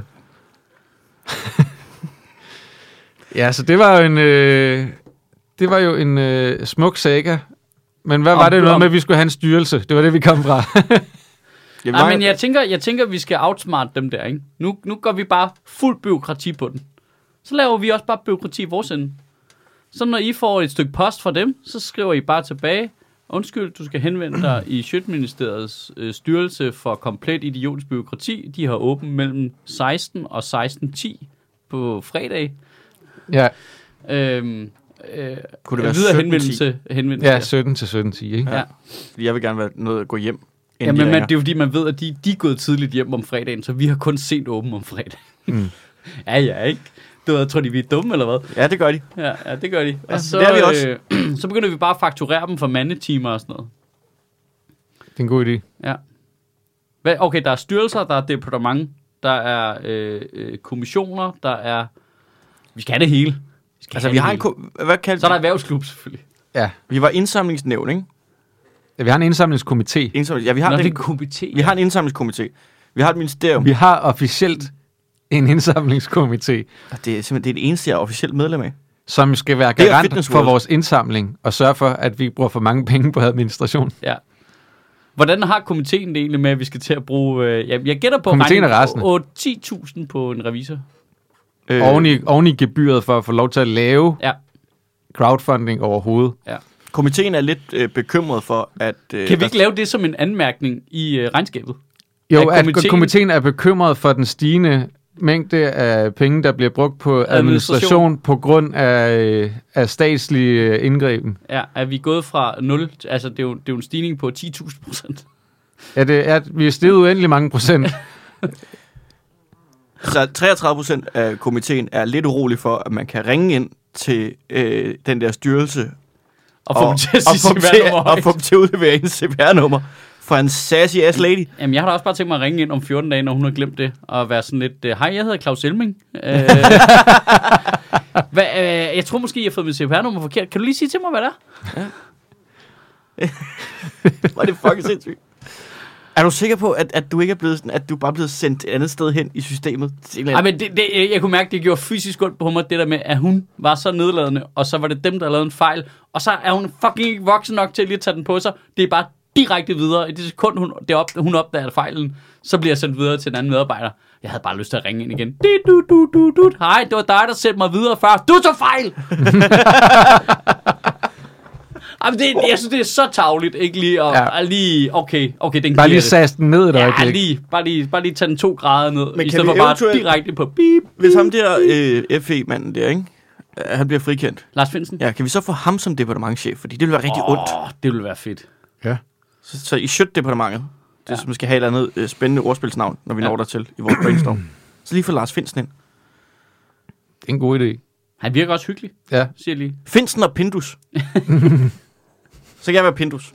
Ja, så det var jo en, øh, det var jo en øh, smuk saga. Men hvad Om- var det noget om- med, at vi skulle have en styrelse? Det var det, vi kom fra. Jeg Nej, men jeg tænker, jeg tænker, vi skal outsmart dem der, ikke? Nu, nu går vi bare fuld byråkrati på den. Så laver vi også bare byråkrati i vores ende. Så når I får et stykke post fra dem, så skriver I bare tilbage, undskyld, du skal henvende dig i Sjøtministeriets øh, styrelse for komplet idiotisk byråkrati. De har åbent mellem seksten og seksten ti på fredag. Ja, Øhm, øh, Kunne det være videre sytten henvendelse, henvendelse. ja sytten til sytten ti, ikke? Ja. Fordi jeg vil gerne være noget at gå hjem. Ja, inden men de man, ringer. det er jo fordi, man ved, at de, de er gået tidligt hjem om fredagen, så vi har kun sent åben om fredagen. Mm. ja, ja, ikke? Du ved, tror de, vi er dumme, eller hvad? Ja, det gør de. Ja, ja det gør de. Ja, Og så, det er vi også. Øh, så begynder vi bare at fakturere dem for mandetimer og sådan noget. Det er en god idé. Ja. Hvad, okay, der er styrelser, der er departement, der er øh, øh, kommissioner, der er... Vi skal have det hele. Vi skal Altså, have vi det har en... hele. Ko- hvad kaldte Så er der erhvervsklub, selvfølgelig. Ja. Vi var indsamlingsnævn, ikke? Ja, vi har en indsamlingskomité. Indsamlings- ja, vi har, Nå, det den, er komité. vi har en indsamlingskomité. Vi har et ministerium. Vi har officielt en indsamlingskomité, Og det er simpelthen det, er det eneste, jeg er officielt medlem af. som skal være Det er garant Fitness for World. vores indsamling, og sørge for, at vi ikke bruger for mange penge på administration. Ja. Hvordan har komiteen det egentlig med, at vi skal til at bruge... Øh, jeg, jeg gætter på Komiteen er rasende. otte til ti tusind på en revisor. Øh, Oven i, oven i gebyret for at få lov til at lave Ja. crowdfunding overhovedet. ja. Komiteen er lidt øh, bekymret for, at... Øh, Kan vi der- ikke lave det som en anmærkning i øh, regnskabet? Jo, At at komiteen- komiteen er bekymret for den stigende mængde af penge, der bliver brugt på administration, Administration. på grund af, øh, af statslige øh, indgreben. Ja, er vi gået fra nul... Altså, det er jo, det er jo en stigning på ti tusind procent. Ja, det er, vi er steget uendelig mange procent. Så treogtredive procent af komiteen er lidt urolig for, at man kan ringe ind til øh, den der styrelse Og få dem til at og sige få dem C til, P R-nummer og få dem til at udlevere en C P R-nummer for en sassy ass lady. Jamen, jeg har da også bare tænkt mig at ringe ind om fjorten dage, når hun har glemt det, og være sådan lidt, øh, hej, jeg hedder Claus Elming. Øh, hvad, øh, jeg tror måske, jeg har fået mit C P R-nummer forkert. Kan du lige sige til mig, hvad det er? Hvor er det fucking sindssygt. Er du sikker på, at, at du ikke er blevet sådan, at du bare er blevet sendt et andet sted hen i systemet? Ej, men det, det, jeg kunne mærke, det gjorde fysisk ondt på mig, det der med, at hun var så nedladende, og så var det dem, der lavede en fejl, og så er hun fucking ikke voksen nok til at lige at tage den på sig. Det er bare direkte videre. I det sekund, hun, det op, hun opdager fejlen, så bliver jeg sendt videre til en anden medarbejder. Jeg havde bare lyst til at ringe ind igen. Du, du, du, du. Hej, det var dig, der sendte mig videre før. Du tog fejl! Jamen, det, jeg synes, det er så tarveligt, ikke lige at Ja. ja. lige, okay, okay, den Bare giver lige det. saste den ned et Ja, øjeblik. lige, bare, lige, bare lige tage den to grader ned, Men i kan stedet vi for bare eventuelt- direkte på beep. Hvis ham der øh, F E-manden der, ikke? Øh, Han bliver frikendt. Lars Finsen? Ja, kan vi så få ham som departementschef? Fordi det vil være rigtig Åh, ondt. det ville være fedt. Ja. Så, så i Sjøt-departementet, det Ja. som skal have et eller andet øh, spændende ordspilsnavn, når vi Ja. når dertil i vores brainstorm. Så lige få Lars Finsen ind. Det er en god idé. Han virker også hyggelig, Ja. siger jeg lige. Finsen og Pindus. Så kan jeg være Pindus.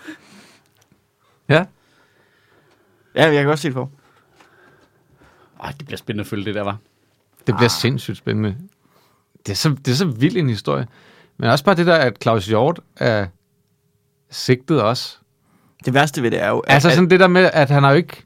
Ja. Ja, jeg kan godt se det for. Ej, det bliver spændende at følge det der, var. Det bliver ah. sindssygt spændende. Det er, så, det er så vild en historie. Men også bare det der, at Claus Hjort er sigtet også. Det værste ved det er jo, at, Altså sådan det der med, at han har jo ikke,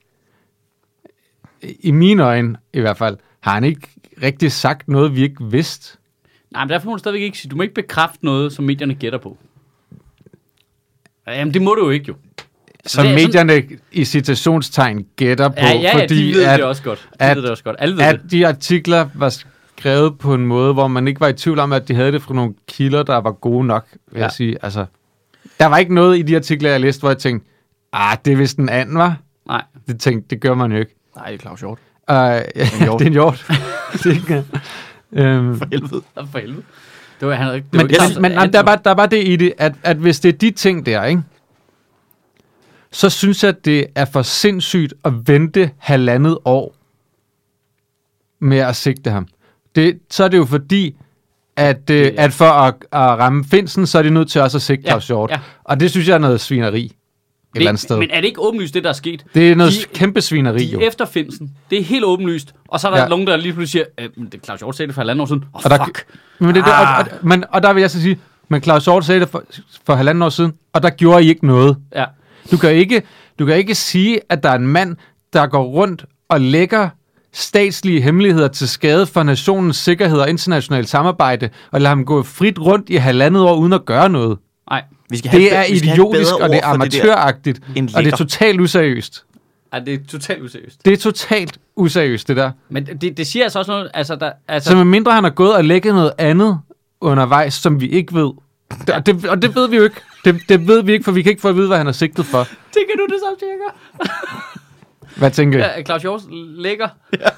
i mine øjne i hvert fald, har han ikke rigtig sagt noget, vi ikke vidste. Nej, men derfor må du stadigvæk ikke sige, du må ikke bekræfte noget, som medierne gætter på. Jamen, det må du jo ikke, jo. Så det er medierne i citationstegn gætter på, Ja, ja, ja, fordi de ved at, det også godt. De at- ved det også godt. Alle ved at det. de artikler var skrevet på en måde, hvor man ikke var i tvivl om, at de havde det fra nogle kilder, der var gode nok, vil Ja. jeg sige. Altså, der var ikke noget i de artikler, jeg læste, hvor jeg tænkte, ah, det er vist en anden, var. Nej. Altså, Det tænkte, det gør man jo ikke. Nej, det er Claus Hjort. Uh, ja, det hjort. er en hjort. Det er ikke- øhm, For helvede. Og for helvede. Det var, han havde ikke... det men var ikke men, samt- men han- der, er bare, der er bare det i det, at, at hvis det er de ting der, ikke, så synes jeg, at det er for sindssygt at vente halvandet år med at sigte ham. Det, så er det jo fordi, at, øh, er- at for at, at ramme Finsen, så er de nødt til også at sigte Ja, Claus Hjort. ja. Og det synes jeg er noget svineri et eller andet sted. Men er det ikke åbenlyst, det der er sket? Det er noget de- kæmpe svineri, De jo. er efter Finsen. Det er helt åbenlyst. Og så er der Ja. ja. nogen, der lige pludselig siger, øh, men det er Claus Hjort sagde det for halvanden år siden. Åh, oh, Og der- fuck. Men, det, er det, og, Ah. og, men, og der vil jeg så sige, men Claus Hjort sagde det for, for halvanden år siden, og der gjorde I ikke noget. Ja. Du kan ikke, du kan ikke sige, at der er en mand, der går rundt og lægger statslige hemmeligheder til skade for nationens sikkerhed og internationalt samarbejde, og lader ham gå frit rundt i halvandet år uden at gøre noget. Nej. Vi skal have Det et be- er vi skal have et idiotisk, bedre og det er ord for det der amatøragtigt, end og det er lækker. totalt useriøst. Ej, det er totalt useriøst. Det er totalt useriøst, det der. Men det, det siger altså også noget, altså der... Altså, Så medmindre han har gået og lægget noget andet undervejs, som vi ikke ved. Og det, og det ved vi jo ikke. Det, det ved vi ikke, for vi kan ikke få at vide, hvad han er sigtet for. tænker du det samme, tjekker? Hvad tænker I? Ja, Claus Hjort lækker. Ja.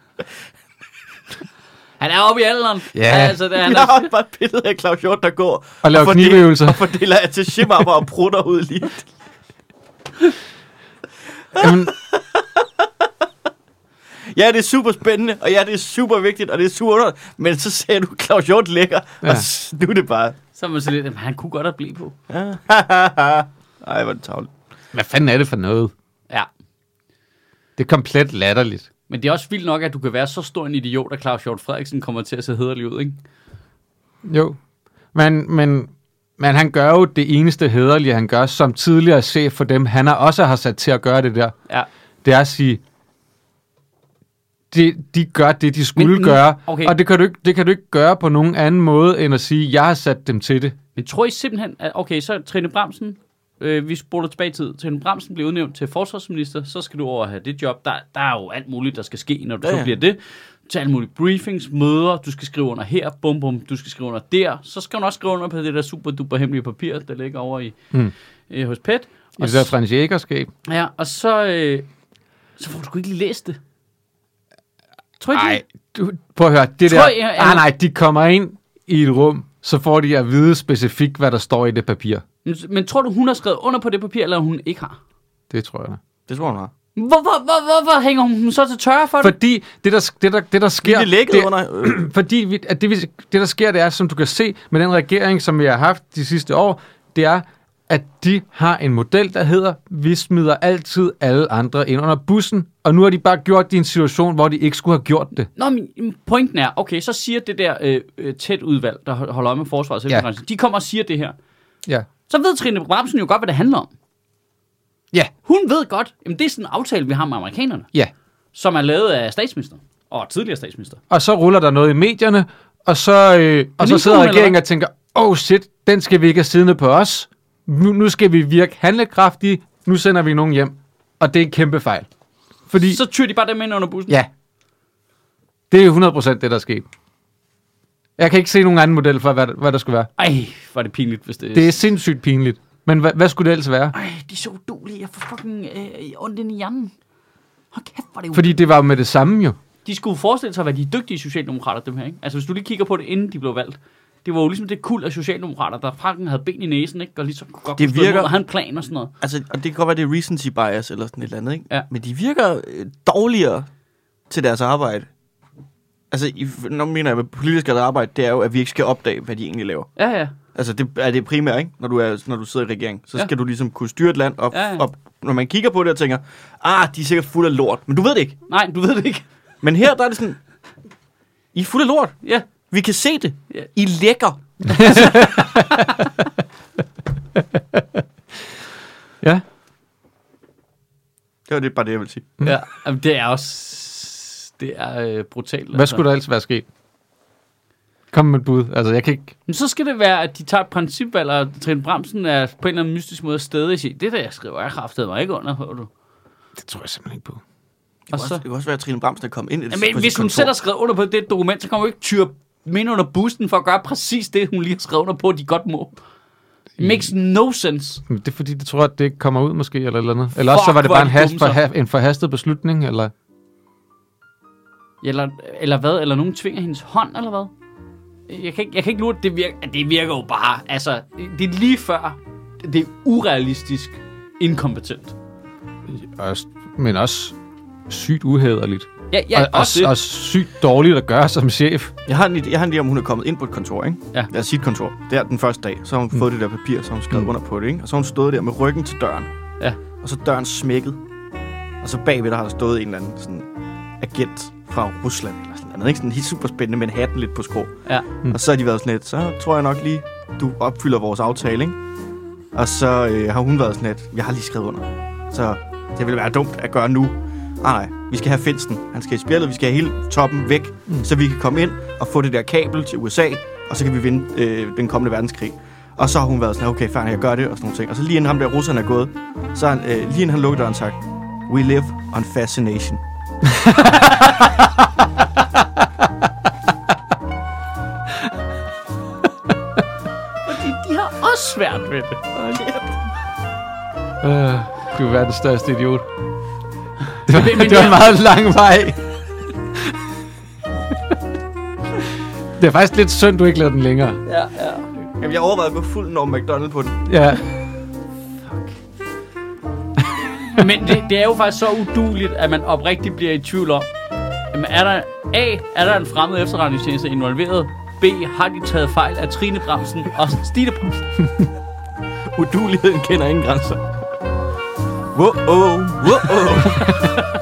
Han er oppe i alderen. Ja. Altså, det, han Jeg har er, også bare et billede af Claus Hjort, der går Og laver fordeler- knivøvelser. Og fordeler attaché-mapper og prutter ud lige. Jamen, Ja, det er super spændende, og ja, det er super vigtigt, og det er super under. Men så sagde du, Claus Hjort lækker, ja. Ja. Og s- nu er det bare... så er man så lidt, jamen, han kunne godt have blivet på. Ja. Ej, hvor er det tavligt. hvad fanden er det for noget? Ja. Det er komplet latterligt. Men det er også vildt nok, at du kan være så stor en idiot, at Claus Hjort Frederiksen kommer til at se hæderlig ud, ikke? Jo. Men, men, men han gør jo det eneste hæderlige, han gør som tidligere chef for dem. Han har også har sat til at gøre det der. Ja. Det er at sige, de, de gør det, de skulle Men- gøre. okay. Og det kan, du ikke, det kan du ikke gøre på nogen anden måde, end at sige, jeg har sat dem til det. Men tror I simpelthen, at okay, så Trine Bramsen, øh, vi spoler tilbage i tid, Trine Bramsen bliver udnævnt til forsvarsminister, så skal du over have det job. Der, der er jo alt muligt, der skal ske, når du Ja, så ja. bliver det. Til alle mulige briefings, møder, du skal skrive under her, bum bum, du skal skrive under der. Så skal du også skrive under på det der super duper hemmelige papir, der ligger over i, Mm. øh, hos Pet. I det der Frans Jägerskab. Ja, og så, øh, så får du sgu ikke lige læst det. Tror I det? Nej, du, prøv at høre. Det Tror der, jeg- ah, nej, de kommer ind i et rum, så får de at vide specifikt, hvad der står i det papir. Men, men tror du, hun har skrevet under på det papir, eller hun ikke har? Det tror jeg da. Det tror jeg, hun har. Hvorfor hvor, hvor, hvor hænger hun så til tørre for det? Fordi det der, det der, det der sker... Det er lækket det, under... Øh, Fordi vi, at det, vi- det, der sker, det er, som du kan se med den regering, som vi har haft de sidste år, det er, at de har en model, der hedder, vi smider altid alle andre ind under bussen, og nu har de bare gjort det i en situation, hvor de ikke skulle have gjort det. Nå, men pointen er, okay, så siger det der øh, øh, tæt udvalg, der hold- holder øje med forsvaret, Ja. de kommer og siger det her. Ja. Så ved Trine Bramsen jo godt, hvad det handler om. Ja. Hun ved godt, jamen det er sådan en aftale, vi har med amerikanerne, Ja. som er lavet af statsministeren, og tidligere statsminister. Og så ruller der noget i medierne, og så, øh, og så ikke sidder nogen, eller regeringen hvad? og tænker, oh shit, den skal vi ikke have siddende på os. Nu, nu skal vi virke handlekraftige, nu sender vi nogen hjem. Og det er en kæmpe fejl. Fordi, Så tyrer de bare dem ind under bussen. ja, det er hundrede procent det, der er sket. Jeg kan ikke se nogen anden model for, hvad, hvad der skulle være. Ej, hvor er det pinligt, hvis det, Det er sindssygt pinligt. Men hvad, hvad skulle det ellers være? Ej, de er så uduelige. Jeg får fucking øh, ondt ind i hjernen. Hold kæft, hvor er det Fordi det var jo med det samme jo. De skulle forestille sig at være de dygtige socialdemokrater, dem her, ikke? Altså, hvis du lige kigger på det, inden de blev valgt. Det var jo ligesom det kul af socialdemokrater, der fucking havde ben i næsen, ikke? Og ligesom kunne godt Det kunne stå virker- imod og have en plan og sådan noget. altså, og det kan godt være, det er recency bias eller sådan et eller andet, ikke? Ja. Men de virker øh, dårligere til deres arbejde. Altså, i, når man mener jeg med politisk arbejde, det er jo, at vi ikke skal opdage, hvad de egentlig laver. Ja, ja. Altså, det er det primære, ikke? Når du, er, når du sidder i regering. Så Ja. skal du ligesom kunne styre et land op, Ja, ja. op. Når man kigger på det og tænker, ah, de er sikkert fuld af lort. Men du ved det ikke. Nej, du ved det ikke. Men her, der er det sådan, I er fuld af lort. Ja. Vi kan se det. Ja. I lækker. Ja. Det var det, bare det, jeg vil sige. Ja, jamen, det er også... Det er øh, brutalt. Hvad skulle der ellers være sket? Kom med et bud. Altså, jeg kan ikke... Men så skal det være, at de tager et principvalg, og Trine Bramsen er på en eller anden mystisk måde stedig og siger, det der, jeg skriver, jeg kraftede mig ikke under, hører du. Det tror jeg simpelthen ikke på. Det kan, Og også, så- det kan også være, at Trine Bramsen er kommet ind i det. Jamen, på hvis sit hun kontor. selv har skrevet under på det dokument, så kommer hun ikke tyre ind under bussen for at gøre præcis det, hun lige har skrevet under på, at de godt må. It makes no sense. Men det er fordi, det tror jeg, at det ikke kommer ud måske, eller eller andet. Eller også så Fuck, var det hvor bare er en, de hast, dumme, for, så. en forhastet beslutning, eller... Eller, eller hvad? Eller nogen tvinger hendes hånd, eller hvad? Jeg kan ikke, jeg kan ikke lure, at det virker, det virker jo bare, altså, det er lige før, det er urealistisk inkompetent. Også, men også sygt uhæderligt. Ja, ja, og, og, også det. og sygt dårligt at gøre som chef. Jeg har en idé, jeg har en idé om, hun er kommet ind på et kontor, ikke? Ja. Ja, sit kontor. Der den første dag. Så har hun mm. fået det der papir, så har hun skrevet Mm. mm. under på det, ikke? Og så har hun stået der med ryggen til døren. Ja. Og så døren smækket. Og så bagved der har der stået en eller anden sådan agent fra Rusland eller sådan noget, ikke? Sådan helt super spændende, men hatten lidt på skrå. Ja. Mm. Og så har de været sådan lidt, så tror jeg nok lige, du opfylder vores aftale, ikke? Og så øh, har hun været sådan lidt, jeg har lige skrevet under. Så det ville være dumt at gøre nu. Nej, nej, vi skal have Finsten. Han skal i spjældet, vi skal have hele toppen væk, mm. så vi kan komme ind og få det der kabel til U S A, og så kan vi vinde øh, den kommende verdenskrig. Og så har hun været sådan, okay, fanden, jeg gør det, og sådan nogle ting. Og så lige inden ham der russeren er gået, så har han, øh, lige inden han lukkede døren, sagt, We live on fascination. Fordi de har også svært ved det. Øh, du er verdens største idiot. Det var, Men- men det var det en er- meget lang vej. Det er faktisk lidt synd, du ikke lavede den længere. Ja, ja. Jamen, jeg overvejede at gå fuld Norm Macdonald på den. Ja. Men det, det er jo faktisk så udueligt, at man oprigtigt bliver i tvivl om, jamen er der A, er der en fremmed efterretningstjeneste involveret? B, har de taget fejl af Trine Bramsen og Stine Bramsen? Uduligheden kender ingen grænser. Wow, oh, wow, oh.